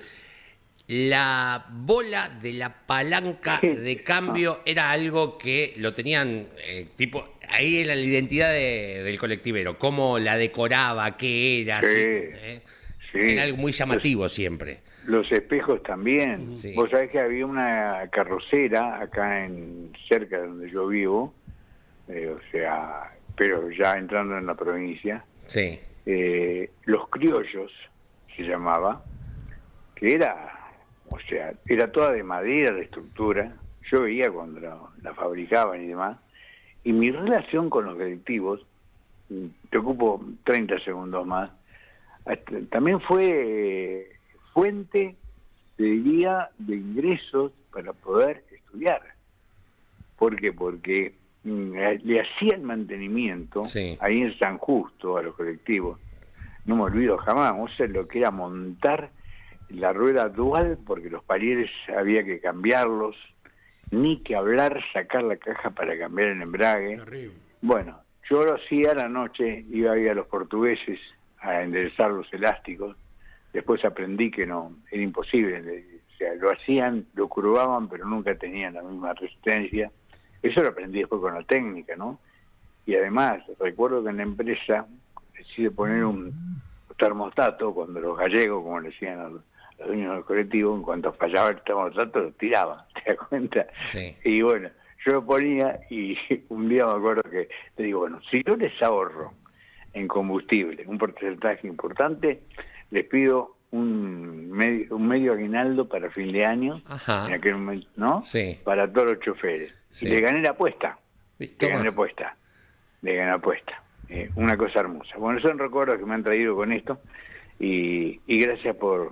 la bola de la palanca de cambio era algo que lo tenían, eh, tipo, ahí era la identidad de, del colectivero, cómo la decoraba, qué era, sí, así, ¿eh? Sí. Era algo muy llamativo los, siempre. Los espejos también. Sí. Vos sabés que había una carrocera acá en cerca de donde yo vivo, eh, o sea, pero ya entrando en la provincia. Sí. Eh, Los Criollos se llamaba, que era, o sea, era toda de madera la estructura. Yo veía cuando la, la fabricaban y demás. Y mi relación con los colectivos, te ocupo treinta segundos más, también fue fuente, te diría, de ingresos para poder estudiar. ¿Por qué? Porque mm, le hacían mantenimiento sí. ahí en San Justo a los colectivos. No me olvido jamás, o sea, lo que era montar la rueda dual, porque los palieres había que cambiarlos, ni que hablar, sacar la caja para cambiar el embrague. Terrible. Bueno, yo lo hacía a la noche, iba a ir a los portugueses a enderezar los elásticos. Después aprendí que no, era imposible. O sea, lo hacían, lo curvaban, pero nunca tenían la misma resistencia. Eso lo aprendí después con la técnica, ¿no? Y además, recuerdo que en la empresa decidí poner un termostato, cuando los gallegos, como le decían a los, a los dueños del colectivo, en cuanto fallaba el termostato, lo tiraban, ¿te das cuenta? Sí. Y bueno, yo lo ponía y un día me acuerdo que te digo, bueno, si yo les ahorro en combustible un porcentaje importante, les pido un medio, un medio aguinaldo para fin de año. Ajá. En aquel momento, ¿no? Sí. Para todos los choferes. Sí. Y le gané la apuesta. Le gané la apuesta. Le gané la apuesta. Eh, una cosa hermosa. Bueno, son recuerdos que me han traído con esto y, y gracias por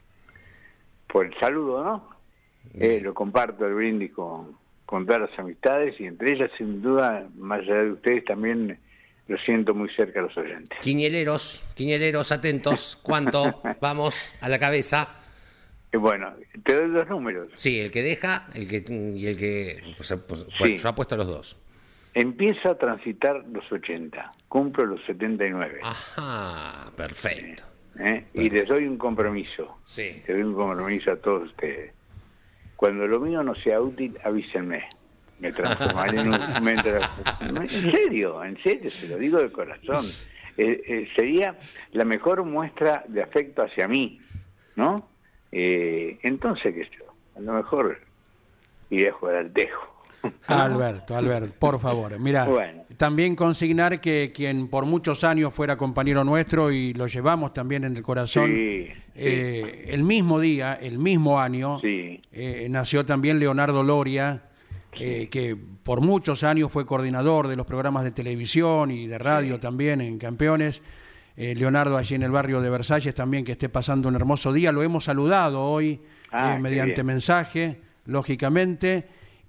por el saludo, ¿no? Eh, lo comparto el brindis con, con todas las amistades y entre ellas, sin duda, más allá de ustedes, también lo siento muy cerca a los oyentes. Quiñeleros, quiñeleros, atentos. ¿Cuánto? Vamos a la cabeza. Eh, bueno, te doy los números. Sí, el que deja el que y el que... Pues, pues, bueno, sí. Yo apuesto a los dos. Empieza a transitar los ochenta, cumplo los setenta y nueve. Ajá, perfecto. ¿Eh? Y les doy un compromiso. Sí. Les doy un compromiso a todos ustedes. Cuando lo mío no sea útil, avísenme. Me transformaré en un... Me en serio, en serio, se lo digo de corazón. Eh, eh, sería la mejor muestra de afecto hacia mí, ¿no? Eh, entonces, qué sé yo, a lo mejor iré a jugar al tejo. Alberto, Alberto, por favor. Mira, bueno. También consignar que quien por muchos años fuera compañero nuestro y lo llevamos también en el corazón, sí, eh, sí. el mismo día, el mismo año, sí. eh, nació también Leonardo Loria, eh, que por muchos años fue coordinador de los programas de televisión y de radio sí. también en Campeones. eh, Leonardo allí en el barrio de Versalles también, que esté pasando un hermoso día. Lo hemos saludado hoy Ah, eh, qué mediante bien. mensaje, lógicamente,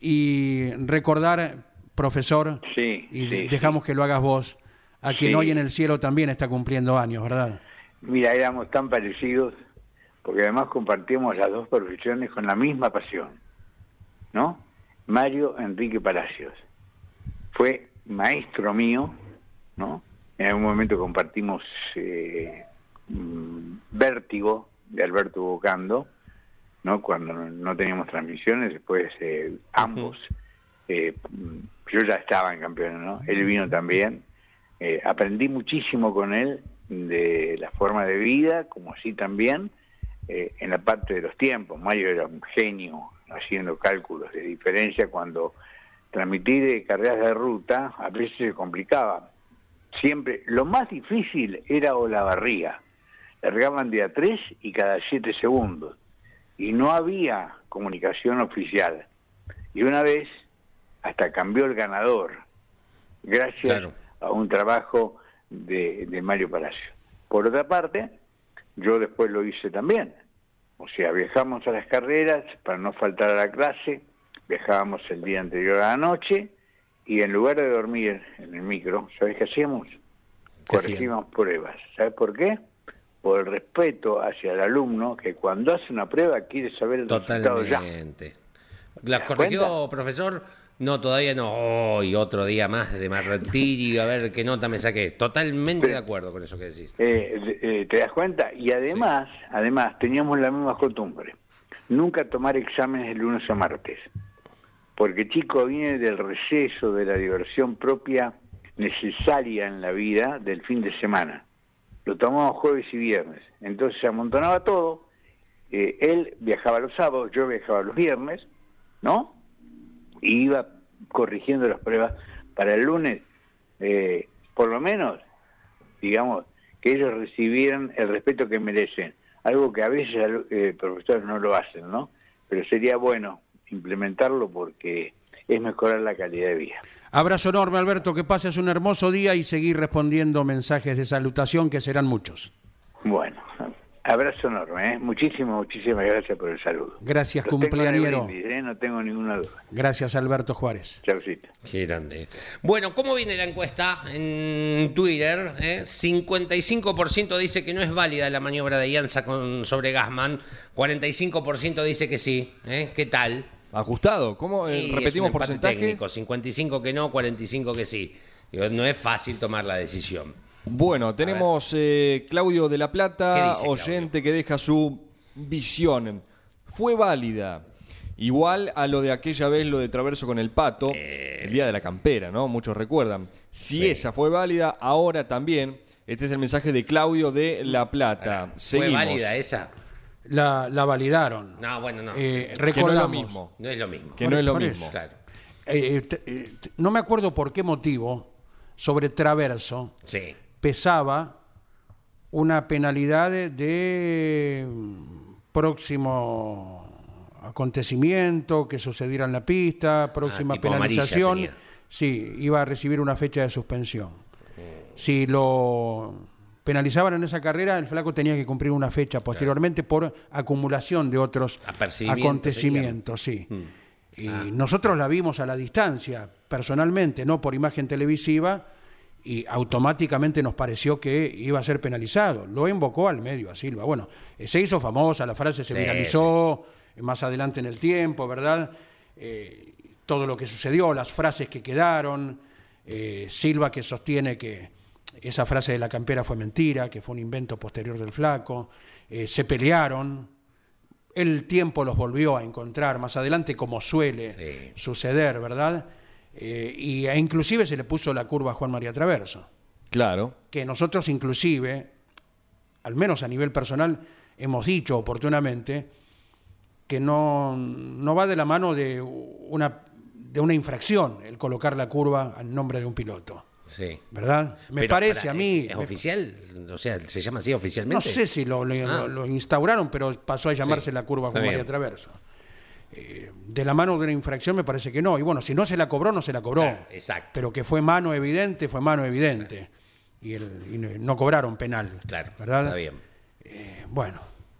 y recordar, profesor, Sí, y sí, dejamos que lo hagas vos, a quien Sí. hoy en el cielo también está cumpliendo años, ¿verdad? Mira, éramos tan parecidos, porque además compartíamos las dos profesiones con la misma pasión, ¿no? Mario Enrique Palacios fue maestro mío, ¿no? En algún momento compartimos eh, mm, Vértigo de Alberto Bocando, ¿no? Cuando no, no teníamos transmisiones, después eh, ambos, eh, yo ya estaba en Campeones, ¿no? Él vino también, eh, aprendí muchísimo con él de la forma de vida, como así también eh, en la parte de los tiempos. Mario era un genio haciendo cálculos de diferencia cuando transmitir eh, carreras de ruta a veces se complicaba. Siempre, lo más difícil era Olavarría. Largaban de a tres y cada siete segundos. Y no había comunicación oficial. Y una vez hasta cambió el ganador, gracias Claro. a un trabajo de, de Mario Palacio. Por otra parte, yo después lo hice también. O sea, viajamos a las carreras para no faltar a la clase, viajábamos el día anterior a la noche y en lugar de dormir en el micro, ¿sabes qué hacíamos? ¿Qué Corregimos pruebas. ¿Sabes por qué? Por el respeto hacia el alumno, que cuando hace una prueba quiere saber el resultado ya. Totalmente. ¿La das corrigió, cuenta? profesor? No, todavía no. Hoy otro día más de martirio, a ver qué nota me saqué. Totalmente Sí. de acuerdo con eso que decís. Eh, eh, ¿Te das cuenta? Y además, además teníamos la misma costumbre. Nunca tomar exámenes de lunes a martes. Porque chico viene del receso, de la diversión propia necesaria en la vida del fin de semana. Lo tomamos jueves y viernes. Entonces se amontonaba todo. Eh, él viajaba los sábados, yo viajaba los viernes, ¿no? Y iba corrigiendo las pruebas para el lunes, eh, por lo menos, digamos, que ellos recibieran el respeto que merecen. Algo que a veces eh, profesores no lo hacen, ¿no? Pero sería bueno implementarlo porque es mejorar la calidad de vida. Abrazo enorme, Alberto, que pases un hermoso día y seguir respondiendo mensajes de salutación, que serán muchos. Bueno, abrazo enorme, ¿eh? Muchísimas, muchísimas gracias por el saludo. Gracias, Los tengo en el cumpleañero. brindis, ¿eh? No tengo ninguna duda. Gracias, Alberto Juárez. Chaucito. Qué grande. Bueno, ¿cómo viene la encuesta en Twitter? ¿Eh? cincuenta y cinco por ciento dice que no es válida la maniobra de Ianza con, sobre Gassman. cuarenta y cinco por ciento dice que sí. ¿Eh? ¿Qué tal? Ajustado. ¿Cómo? Eh, Y es un repetimos empate porcentaje. técnico, cincuenta y cinco que no, cuarenta y cinco que sí. Digo, no es fácil tomar la decisión. Bueno, tenemos eh, Claudio de la ¿Qué Plata, dice oyente que deja su visión. Fue válida. Igual a lo de aquella vez, lo de Traverso con el Pato, el día de la campera, ¿no? Muchos recuerdan. Si Sí. esa fue válida, ahora también. Este es el mensaje de Claudio de la Plata. ¿Fue Seguimos. válida esa? La, la validaron. No, bueno, no. Eh, Que no es recordamos. lo mismo. No es lo mismo. Que no es lo Por mismo. eso. Claro. Eh, eh, t- eh, t- no me acuerdo por qué motivo, sobre Traverso, Sí. pesaba una penalidad de, de mm, próximo acontecimiento que sucediera en la pista, próxima Ah, tipo amarilla penalización. tenía. Sí, iba a recibir una fecha de suspensión. Si lo penalizaban en esa carrera, el flaco tenía que cumplir una fecha posteriormente por acumulación de otros Apercibimientos acontecimientos, sí. Mm. Y Ah. nosotros la vimos a la distancia, personalmente, no por imagen televisiva, y automáticamente nos pareció que iba a ser penalizado. Lo invocó al medio a Silva. Bueno, eh, se hizo famosa, la frase se Sí, viralizó eh, más adelante en el tiempo, ¿verdad? Eh, todo lo que sucedió, las frases que quedaron, eh, Silva que sostiene que esa frase de la campera fue mentira, que fue un invento posterior del flaco, eh, se pelearon, el tiempo los volvió a encontrar más adelante, como suele Sí. suceder, ¿verdad? Eh, y e inclusive se le puso la curva a Juan María Traverso, Claro. que nosotros inclusive, al menos a nivel personal, hemos dicho oportunamente que no, no va de la mano de una, de una infracción el colocar la curva al nombre de un piloto, Sí. ¿verdad? Me Pero, parece pará, a mí... ¿Es me- oficial? O sea, ¿se llama así oficialmente? no sé si lo, lo- Ah. lo- lo instauraron, pero pasó a llamarse Sí, la curva está Juan María bien. Traverso. Eh, de la mano de una infracción me parece que no. Y bueno, si no se la cobró, no se la cobró. Claro, exacto. Pero que fue mano evidente, fue mano evidente. y, el, y no cobraron penal. Claro, ¿verdad? está bien. Eh, bueno.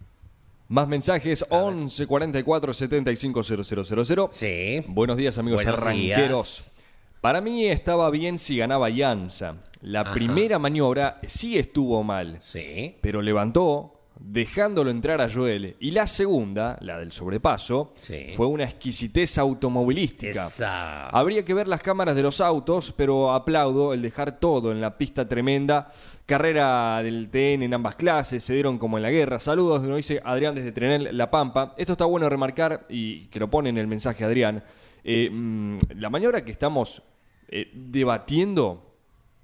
Más mensajes, once cuarenta y cuatro setenta y cinco cero cero cero cero. Sí. Buenos días, amigos Buenos arranqueros. días. Para mí estaba bien si ganaba Ianza. La Ajá. primera maniobra sí estuvo mal, Sí. pero levantó, dejándolo entrar a Joel. Y la segunda, la del sobrepaso, Sí. fue una exquisitez automovilística. Esa. Habría que ver las cámaras de los autos, pero aplaudo el dejar todo en la pista tremenda. Carrera del T N en ambas clases, se dieron como en la guerra. Saludos, nos dice Adrián desde Trenel, La Pampa. Esto está bueno remarcar, y que lo pone en el mensaje Adrián. Eh, mmm, la maniobra que estamos eh, debatiendo,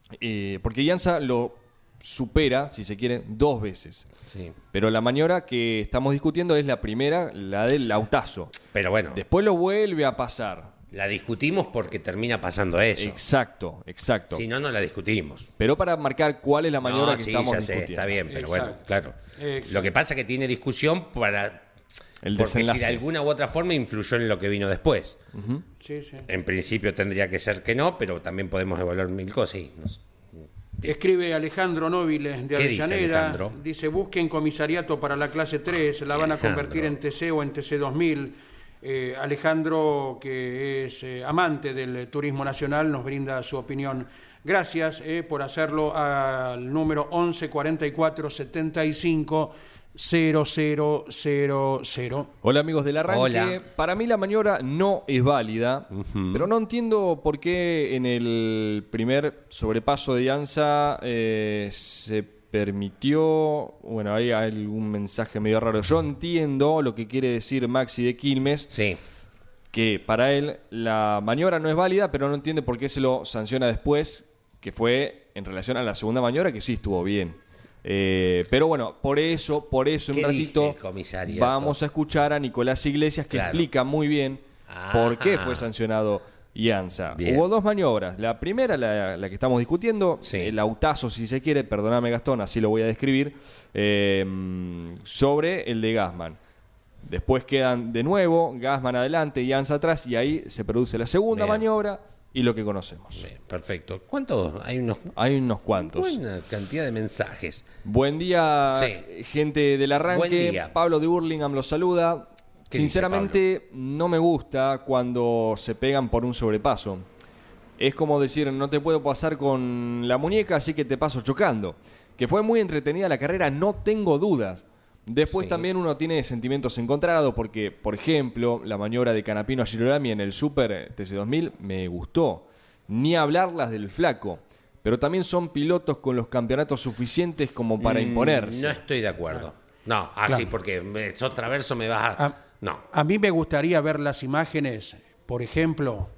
eh, porque Ianza lo supera, si se quiere, dos veces. Sí. Pero la maniobra que estamos discutiendo es la primera, la del autazo. Pero bueno, Después lo vuelve a pasar. la discutimos porque termina pasando eso. Exacto, exacto. Si no, no la discutimos. Pero para marcar cuál es la maniobra No, que sí, estamos ya sé, discutiendo. está bien, pero Exacto. bueno, claro. Exacto. Lo que pasa es que tiene discusión para... El porque si desenlace. de alguna u otra forma influyó en lo que vino después. Sí, sí. En principio tendría que ser que no, pero también podemos evaluar mil cosas. Sí, nos- Escribe Alejandro Nóviles de ¿Qué dice Avellaneda. Alejandro? Dice, busquen comisariato para la clase tres, la van a Alejandro. convertir en T C o en T C dos mil. Eh, Alejandro, que es eh, amante del turismo nacional, nos brinda su opinión. Gracias eh, por hacerlo al número once cuarenta y cuatro setenta y cinco cero cero cero cero. Hola, amigos del arranque. Hola. Para mí la maniobra no es válida, pero no entiendo por qué en el primer sobrepaso de Ianza eh, se permitió... Bueno, ahí hay algún mensaje medio raro. Yo entiendo lo que quiere decir Maxi de Quilmes, Sí. que para él la maniobra no es válida, pero no entiende por qué se lo sanciona después, que fue en relación a la segunda maniobra, que sí estuvo bien. Eh, pero bueno, por eso, por eso en ¿Qué un dice ratito el comisariato? vamos a escuchar a Nicolás Iglesias, que Claro. explica muy bien por qué Ah. fue sancionado Ianza. Bien. Hubo dos maniobras. La primera, la, la que estamos discutiendo, Sí. el autazo, si se quiere, perdóname Gastón, así lo voy a describir, eh, sobre el de Gassman. Después quedan de nuevo Gassman adelante, Ianza atrás, y ahí se produce la segunda Bien. maniobra y lo que conocemos. Bien, perfecto. ¿Cuántos? Hay unos... Hay unos cuantos. Buena cantidad de mensajes. Buen día, Sí. gente del arranque. Buen día. Pablo de Burlingame los saluda. ¿Qué Sinceramente, no me gusta cuando se pegan por un sobrepaso. Es como decir, no te puedo pasar con la muñeca, así que te paso chocando. Que fue muy entretenida la carrera, no tengo dudas. Después Sí. también uno tiene sentimientos encontrados porque, por ejemplo, la maniobra de Canapino a Girolami en el Super T C dos mil me gustó. Ni hablar las del Flaco. Pero también son pilotos con los campeonatos suficientes como para imponerse. No estoy de acuerdo. No, ah, Claro. sí, porque me- sos traverso, me vas a... Ah. No. A mí me gustaría ver las imágenes, por ejemplo,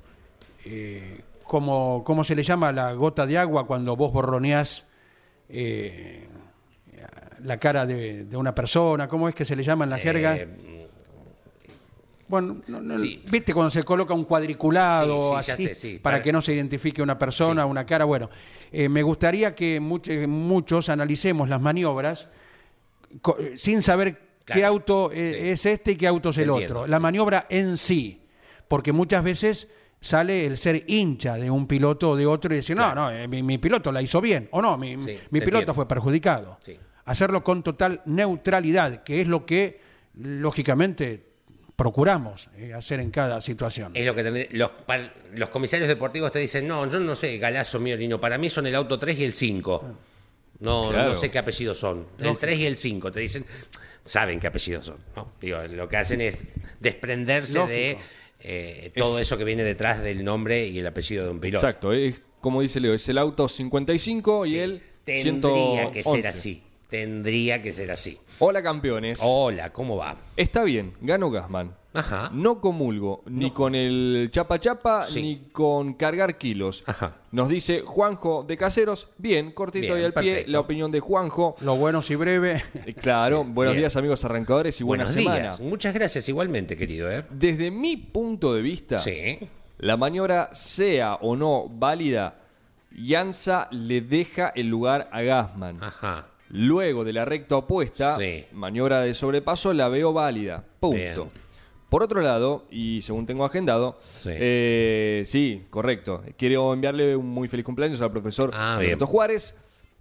eh, como, ¿cómo se le llama la gota de agua cuando vos borroneás eh, la cara de, de una persona? ¿Cómo es que se le llama en la jerga? Eh, Bueno, no- no- sí. ¿viste cuando se coloca un cuadriculado Sí, sí, ya así sé, sí. para, Para- que no se identifique una persona, Sí. una cara? Bueno, eh, me gustaría que much- eh, muchos analicemos las maniobras co- eh, sin saber qué Claro. auto eh, Sí. es este y qué auto es el Entiendo, otro. La sí. maniobra en sí, porque muchas veces sale el ser hincha de un piloto o de otro y decir, no, no, eh, mi, mi piloto la hizo bien, o no, mi, Sí, mi te piloto entiendo. fue perjudicado. Sí. Hacerlo con total neutralidad, que es lo que, lógicamente, procuramos eh, hacer en cada situación. Es lo que tendré- los, par- los comisarios deportivos te dicen, no, yo no sé, Galazo, Miolino, para mí son el auto tres y el cinco. No, Claro. no sé qué apellidos son. El tres y el cinco. Te dicen, saben qué apellidos son. ¿no? Digo, lo que hacen es desprenderse de Lógico. eh, todo Es- eso que viene detrás del nombre y el apellido de un piloto. Exacto, es como dice Leo, es el auto cincuenta y cinco y Sí. el Tendría ciento que once. ser así. Tendría que ser así. Hola, campeones. Hola, ¿cómo va? Está bien, ganó Gassman. Ajá. No comulgo ni con el chapa chapa Sí. ni con cargar kilos. Ajá. Nos dice Juanjo de Caseros. Bien, cortito Bien, y al pie perfecto. la opinión de Juanjo. Lo bueno si breve. Eh, Claro, buenos bien. días amigos arrancadores y buena Buenos semana. días. Muchas gracias igualmente, querido. ¿eh? Desde mi punto de vista, Sí. la maniobra sea o no válida, Ianza le deja el lugar a Gassman. Ajá. Luego de la recta opuesta, Sí. maniobra de sobrepaso la veo válida. Punto. Bien. Por otro lado, y según tengo agendado, Sí. eh, sí, correcto. Quiero enviarle un muy feliz cumpleaños al profesor Ah, bien. Roberto Juárez.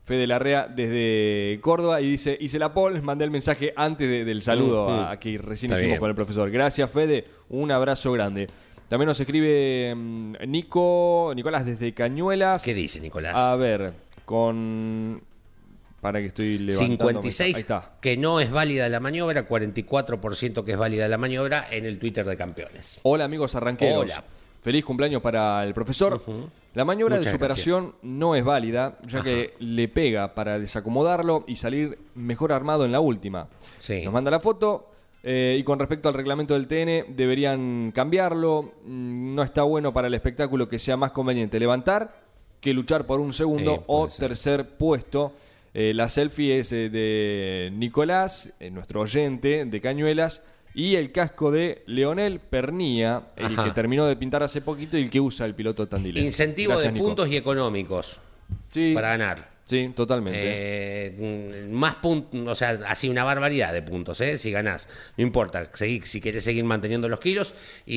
Fede Larrea desde Córdoba y dice, hice la poll, mandé el mensaje antes de, del saludo uh, uh. a, a que recién Está hicimos bien. con el profesor. Gracias, Fede, un abrazo grande. También nos escribe um, Nico, Nicolás desde Cañuelas. ¿Qué dice Nicolás? A ver, con... Para que estoy levantando. cincuenta y seis Ahí está. que no es válida la maniobra, cuarenta y cuatro por ciento que es válida la maniobra en el Twitter de Campeones. Hola amigos arranqueros. Hola. Feliz cumpleaños para el profesor. Uh-huh. La maniobra Muchas de superación no es válida, ya que le pega para desacomodarlo y salir mejor armado en la última. Sí. Nos manda la foto. Eh, y con respecto al reglamento del T N, deberían cambiarlo. Mm, No está bueno para el espectáculo que sea más conveniente levantar que luchar por un segundo Sí, puede o ser. tercer puesto. Eh, la selfie es eh, de Nicolás, eh, nuestro oyente de Cañuelas, y el casco de Leonel Pernía, el Ajá. que terminó de pintar hace poquito y el que usa el piloto Tandilén. Incentivo Gracias, de Nico. puntos y económicos Sí, para ganar. sí, totalmente. Eh, más puntos, o sea, así una barbaridad de puntos, ¿eh? Si ganás. No importa, seguí, si querés seguir manteniendo los kilos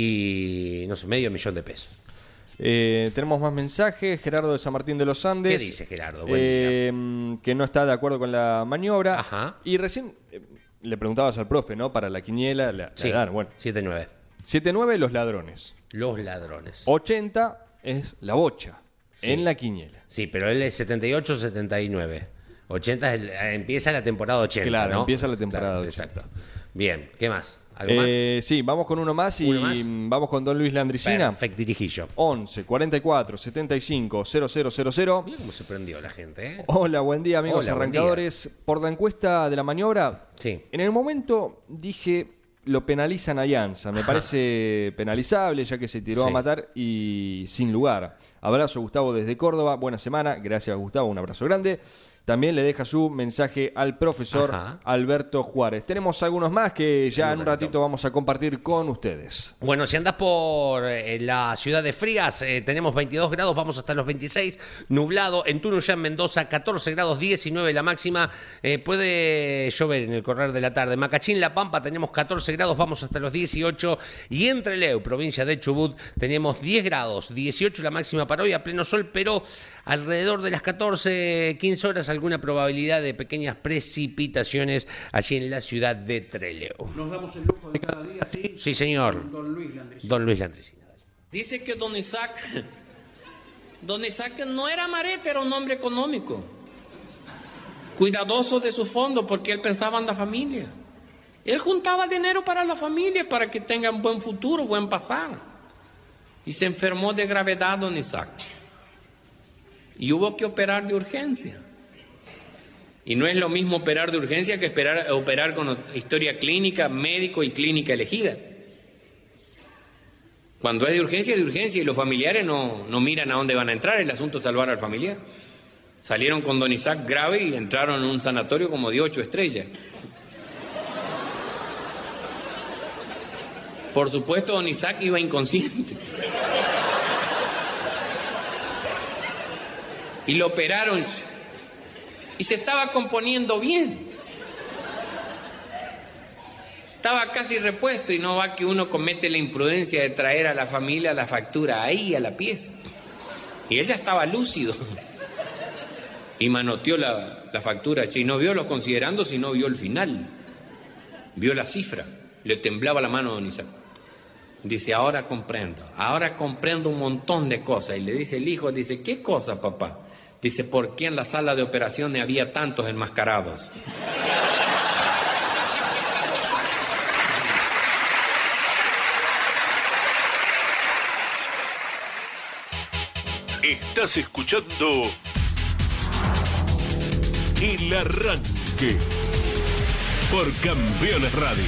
y, no sé, medio millón de pesos. Eh, tenemos más mensajes. Gerardo de San Martín de los Andes. ¿Qué dice Gerardo? Buen Eh, que no está de acuerdo con la maniobra. Ajá. Y recién eh, le preguntabas al profe, ¿no? Para la quiniela, la, la Sí, edad, bueno. siete nueve. siete nueve los ladrones. Los ladrones. ochenta es la bocha Sí. en la quiniela. Sí, pero él es setenta y ocho setenta y nueve. ochenta es el- empieza la temporada ochenta, Claro, ¿no? empieza la temporada Claro, ochenta. Exacto. Bien, ¿qué más? ¿Algo más? Eh, sí, vamos con uno más y ¿Uno más? mm, vamos con Don Luis Landricina. Perfecto, dirijillo. once cuarenta y cuatro setenta y cinco cero cero cero cero. Mira cómo se prendió la gente, ¿eh? Hola, buen día amigos Hola, buen arrancadores. Por la encuesta de la maniobra, Sí. en el momento dije lo penalizan a Llanza. Me parece penalizable ya que se tiró Sí. a matar y sin lugar. Abrazo Gustavo desde Córdoba, buena semana. Gracias Gustavo, un abrazo grande. También le deja su mensaje al profesor Ajá. Alberto Juárez. Tenemos algunos más que ya En en un un ratito vamos a compartir con ustedes. Bueno, si andás por eh, la ciudad de Frías, eh, tenemos veintidós grados, vamos hasta los veintiséis, nublado. En Tunuyán, Mendoza, catorce grados, diecinueve la máxima. Eh, puede llover en el correr de la tarde. Macachín, La Pampa, tenemos catorce grados, vamos hasta los dieciocho. Y en Trelew, provincia de Chubut, tenemos diez grados, dieciocho la máxima para hoy, a pleno sol, pero alrededor de las catorce, quince horas, alguna probabilidad de pequeñas precipitaciones allí en la ciudad de Trelew. Nos damos el lujo de cada día, ¿sí? Sí, señor. Don Luis Landricina. Don Luis Landricina. Dice que don Isaac, don Isaac no era marete, era un hombre económico, cuidadoso de su fondo porque él pensaba en la familia. Él juntaba dinero para la familia, para que tengan buen futuro, buen pasar. Y se enfermó de gravedad don Isaac. Y hubo que operar de urgencia. Y no es lo mismo operar de urgencia que esperar, operar con historia clínica, médico y clínica elegida. Cuando es de urgencia, es de urgencia y los familiares no, no miran a dónde van a entrar, el asunto es salvar al familiar. Salieron con don Isaac grave y entraron en un sanatorio como de ocho estrellas. Por supuesto, don Isaac iba inconsciente. Y lo operaron y se estaba componiendo bien. Estaba casi repuesto y no va que uno comete la imprudencia de traer a la familia la factura ahí, a la pieza. Y él ya estaba lúcido. Y manoteó la, la factura, che, y no vio los considerandos, sino vio el final. Vio la cifra. Le temblaba la mano a don Isaac. Dice, ahora comprendo, ahora comprendo un montón de cosas. Y le dice el hijo, dice, ¿qué cosa, papá? Dice, ¿por qué en la sala de operaciones había tantos enmascarados? Estás escuchando El Arranque por Campeones Radio.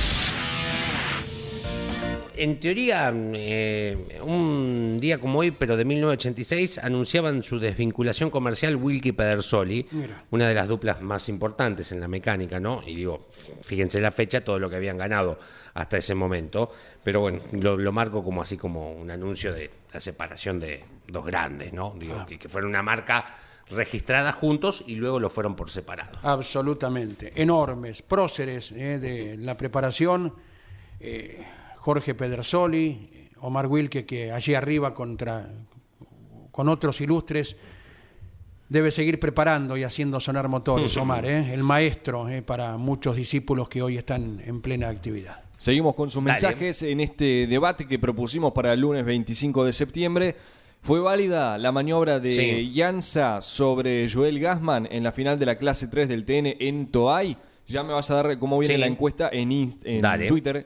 En teoría, eh, un día como hoy, pero de mil novecientos ochenta y seis, anunciaban su desvinculación comercial Wilkie Pedersoli, Mira. una de las duplas más importantes en la mecánica, ¿no? Y digo, fíjense la fecha, todo lo que habían ganado hasta ese momento, pero bueno, lo, lo marco como así como un anuncio de la separación de dos grandes, ¿no? Digo, Ah. que, que fueron una marca registrada juntos y luego lo fueron por separado. Absolutamente. Enormes, próceres eh, de la preparación. eh, Jorge Pedersoli, Omar Wilke, que allí arriba contra, con otros ilustres debe seguir preparando y haciendo sonar motores, Omar, ¿eh? El maestro ¿eh? para muchos discípulos que hoy están en plena actividad. Seguimos con sus Dale. mensajes en este debate que propusimos para el lunes veinticinco de septiembre. ¿Fue válida la maniobra de Sí. Llanza sobre Joel Gassman en la final de la clase tres del T N en Toay? Ya me vas a dar cómo viene Sí. la encuesta en, Inst- en Dale. Twitter.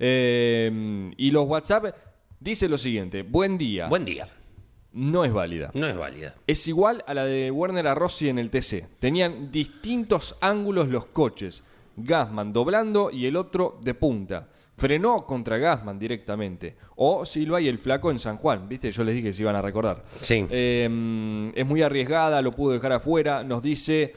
Eh, y los WhatsApp dice lo siguiente. Buen día. Buen día. No es válida. No es válida. Es igual a la de Werner a Rossi en el T C. Tenían distintos ángulos los coches. Gassman doblando y el otro de punta. Frenó contra Gassman directamente. O Silva y el Flaco en San Juan. ¿Viste? Yo les dije que se iban a recordar. Sí. Eh, es muy arriesgada, lo pudo dejar afuera. Nos dice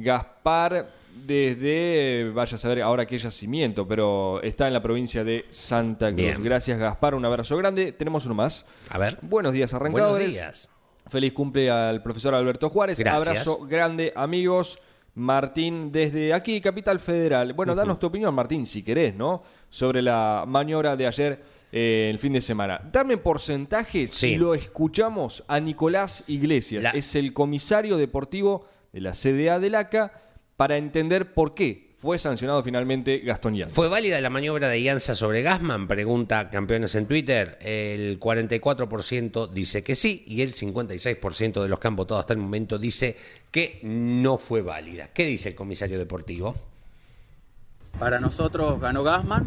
Gaspar desde, vaya a saber ahora qué yacimiento, pero está en la provincia de Santa Cruz. Bien. Gracias, Gaspar. Un abrazo grande. Tenemos uno más. A ver. Buenos días, arrancadores. Buenos días. Feliz cumple al profesor Alberto Juárez. Gracias. Abrazo grande, amigos. Martín, desde aquí, Capital Federal. Bueno, danos tu opinión, Martín, si querés, ¿no? Sobre la maniobra de ayer, eh, el fin de semana. Dame porcentajes Sí. y lo escuchamos a Nicolás Iglesias. La- Es el comisario deportivo de la C D A del A C A para entender por qué fue sancionado finalmente Gastón Llanza. ¿Fue válida la maniobra de Llanza sobre Gassman? Pregunta Campeones en Twitter. El cuarenta y cuatro por ciento dice que sí y el cincuenta y seis por ciento de los que han votado hasta el momento dice que no fue válida. ¿Qué dice el comisario deportivo? Para nosotros ganó Gassman,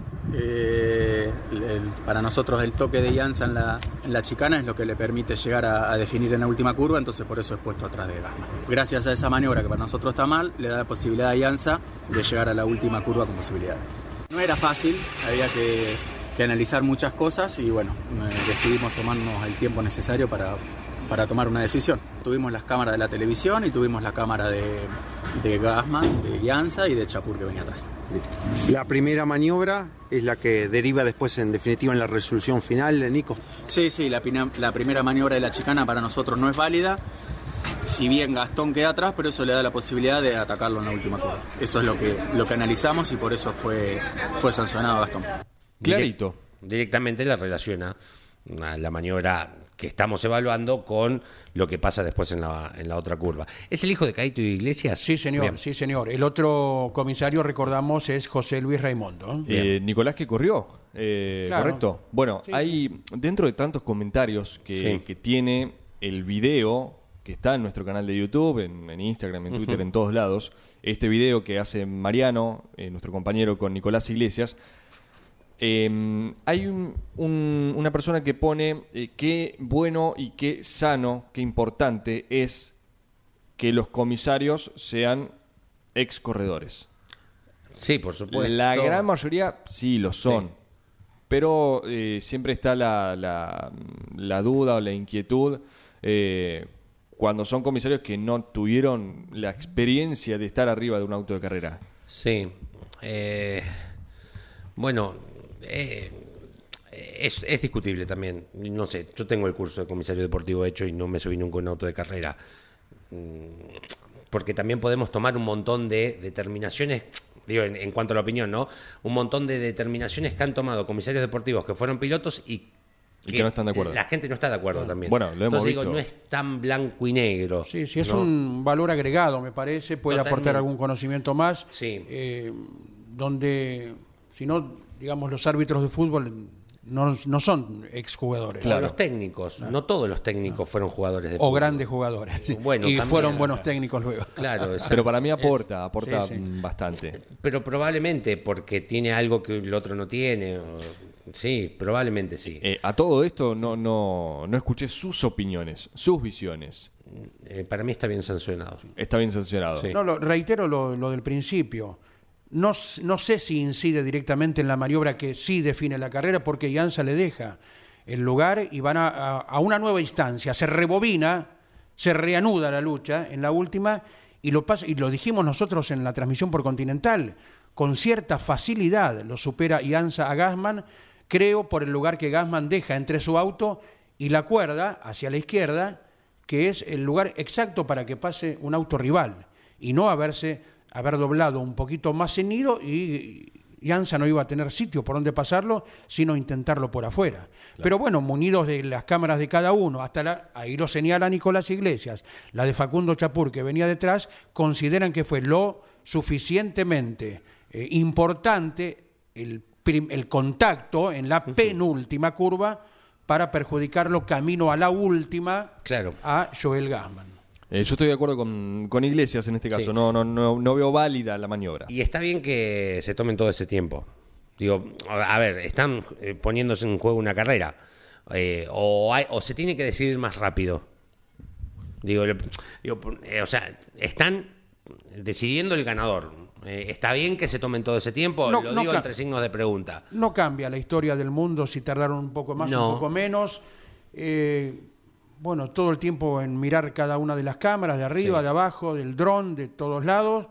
eh, el- para nosotros el toque de Llanza en la, en la chicana es lo que le permite llegar a, a definir en la última curva, entonces por eso es puesto atrás de Gassman. Gracias a esa maniobra que para nosotros está mal, le da la posibilidad a Llanza de llegar a la última curva con posibilidades. No era fácil, había que, que analizar muchas cosas y bueno, eh, decidimos tomarnos el tiempo necesario para, para tomar una decisión. Tuvimos las cámaras de la televisión y tuvimos la cámara de, de Gassman, de Llanza y de Chapur que venía atrás. La primera maniobra es la que deriva después en definitiva en la resolución final, Nico. Sí, sí, la, pina- la primera maniobra de la chicana para nosotros no es válida. Si bien Gastón queda atrás, pero eso le da la posibilidad de atacarlo en la última curva. Eso es lo que, lo que analizamos y por eso fue, fue sancionado Gastón. Clarito. Direct- directamente la relaciona a la maniobra que estamos evaluando con lo que pasa después en la, en la otra curva. ¿Es el hijo de Caito Iglesias? Sí, señor, Bien. sí, señor. El otro comisario, recordamos, es José Luis Raimondo. ¿eh? Eh, Nicolás que corrió, eh, Claro. ¿correcto? Bueno, Sí, hay dentro de tantos comentarios que, Sí. que tiene el video que está en nuestro canal de YouTube, en, en Instagram, en Twitter, en todos lados, este video que hace Mariano, eh, nuestro compañero con Nicolás Iglesias, eh, hay un- un- una persona que pone eh, qué bueno y qué sano, qué importante es que los comisarios sean ex corredores. Sí, por supuesto. La gran mayoría sí lo son. Sí. Pero eh, siempre está la, la, la duda o la inquietud eh, cuando son comisarios que no tuvieron la experiencia de estar arriba de un auto de carrera. Sí. Eh, bueno, eh, es, es discutible también. No sé, yo tengo el curso de comisario deportivo hecho y no me subí nunca a un auto de carrera. Mm, Porque también podemos tomar un montón de determinaciones, digo, en, en cuanto a la opinión, ¿no? Un montón de determinaciones que han tomado comisarios deportivos que fueron pilotos y Y que no están de acuerdo. La gente no está de acuerdo también. Bueno, lo hemos Entonces digo, visto. no es tan blanco y negro. Sí, sí, es ¿no? un valor agregado, me parece, puede Totalmente. aportar algún conocimiento más, Sí. eh, donde, si no, digamos, los árbitros de fútbol no, no son exjugadores. Como los técnicos, no todos los técnicos fueron jugadores de O fútbol. grandes jugadores. sí. Bueno, y también. fueron buenos técnicos luego. Claro, exacto. Pero para mí aporta, aporta sí, sí. mm, bastante. Pero probablemente porque tiene algo que el otro no tiene. o- Sí, probablemente sí. Eh, a todo esto no, no, no escuché sus opiniones, sus visiones. Eh, para mí está bien sancionado. Está bien sancionado. Sí. No, lo, reitero lo, lo del principio. No, s- no sé si incide directamente en la maniobra que sí define la carrera, porque Llanza le deja el lugar y van a, a- a una nueva instancia. Se rebobina, se reanuda la lucha en la última y lo, pasa, y lo dijimos nosotros en la transmisión por Continental. Con cierta facilidad lo supera Llanza a Gassman, creo, por el lugar que Gassman deja entre su auto y la cuerda hacia la izquierda, que es el lugar exacto para que pase un auto rival y no haberse haber doblado un poquito más ceñido y Ianza no iba a tener sitio por donde pasarlo, sino intentarlo por afuera. Claro. Pero bueno, munidos de las cámaras de cada uno, hasta la, ahí lo señala Nicolás Iglesias, la de Facundo Chapur que venía detrás, consideran que fue lo suficientemente eh, importante el, el contacto en la penúltima curva para perjudicarlo camino a la última, claro, a Joel Gassman. Eh, yo estoy de acuerdo con, con Iglesias en este caso, sí. no, no, no, no veo válida la maniobra. Y está bien que se tomen todo ese tiempo. Digo, a ver, están poniéndose en juego una carrera, eh, o, hay, o se tiene que decidir más rápido. Digo, digo eh, o sea, están decidiendo el ganador. Eh, está bien que se tomen todo ese tiempo, no, lo no digo entre signos de pregunta. No cambia la historia del mundo si tardaron un poco más o no. un poco menos. Eh, bueno, todo el tiempo en mirar cada una de las cámaras, de arriba, sí. de abajo, del dron, de todos lados,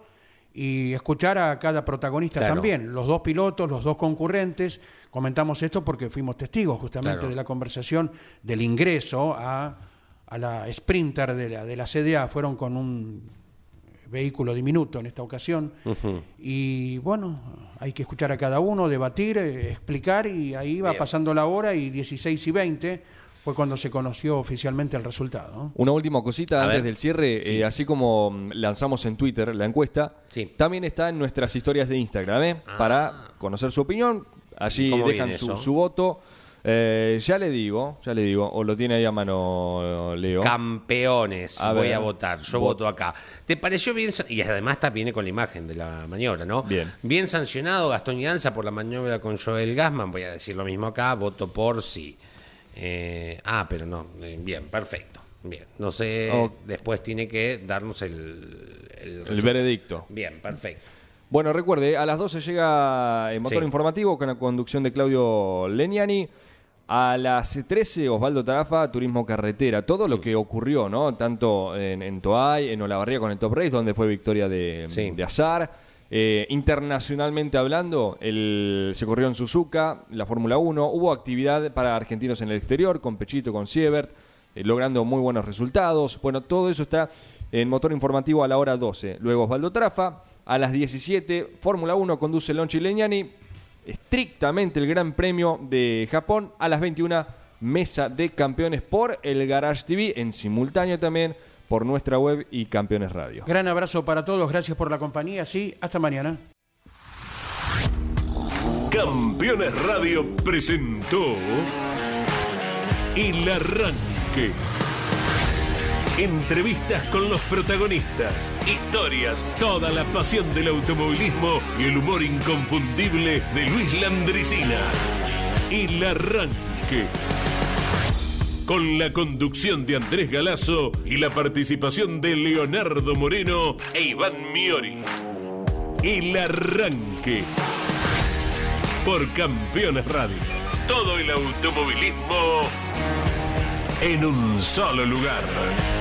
y escuchar a cada protagonista claro. también, los dos pilotos, los dos concurrentes. Comentamos esto porque fuimos testigos justamente claro. de la conversación del ingreso a, a la Sprinter de la, de la C D A. Fueron con un vehículo diminuto en esta ocasión. Uh-huh. Y bueno, hay que escuchar a cada uno, debatir, eh, explicar, y ahí va Bien. pasando la hora, y dieciséis y veinte fue cuando se conoció oficialmente el resultado, ¿no? Una última cosita a antes ver. del cierre, sí. eh, así como lanzamos en Twitter la encuesta, sí. también está en nuestras historias de Instagram, ¿eh? ah. para conocer su opinión. Allí dejan su, su voto. Eh, ya le digo, ya le digo, o lo tiene ahí a mano, Leo. Campeones, a voy ver, a votar, yo vot- voto acá. ¿Te pareció bien? Y además está viene con la imagen de la maniobra, ¿no? Bien. Bien sancionado Gastón Ianza por la maniobra con Joel Gassman. Voy a decir lo mismo acá, voto por sí. Eh, ah, pero no, eh, bien, perfecto. Bien, no sé, oh. después tiene que darnos el... El, el veredicto. Bien, perfecto. Bueno, recuerde, a las doce llega el motor sí. informativo con la conducción de Claudio Leniani. A las trece, Osvaldo Tarafa, Turismo Carretera. Todo lo que ocurrió, ¿no? Tanto en, en Toay, en Olavarría con el Top Race, donde fue victoria de, sí. de Azar. Eh, internacionalmente hablando, el, se corrió en Suzuka, la Fórmula uno. Hubo actividad para argentinos en el exterior, con Pechito, con Siebert, eh, logrando muy buenos resultados. Bueno, todo eso está en motor informativo a la hora doce. Luego Osvaldo Tarafa. A las diecisiete, Fórmula uno, conduce Lonchi Legnani. Estrictamente el Gran Premio de Japón. A las veintiuna, Mesa de Campeones por el Garage T V, en simultáneo también por nuestra web y Campeones Radio. Gran abrazo para todos, gracias por la compañía, sí, hasta mañana. Campeones Radio presentó El Arranque. Entrevistas con los protagonistas, historias, toda la pasión del automovilismo y el humor inconfundible de Luis Landricina. El Arranque. Con la conducción de Andrés Galazo y la participación de Leonardo Moreno e Iván Miori. El Arranque. Por Campeones Radio. Todo el automovilismo en un solo lugar.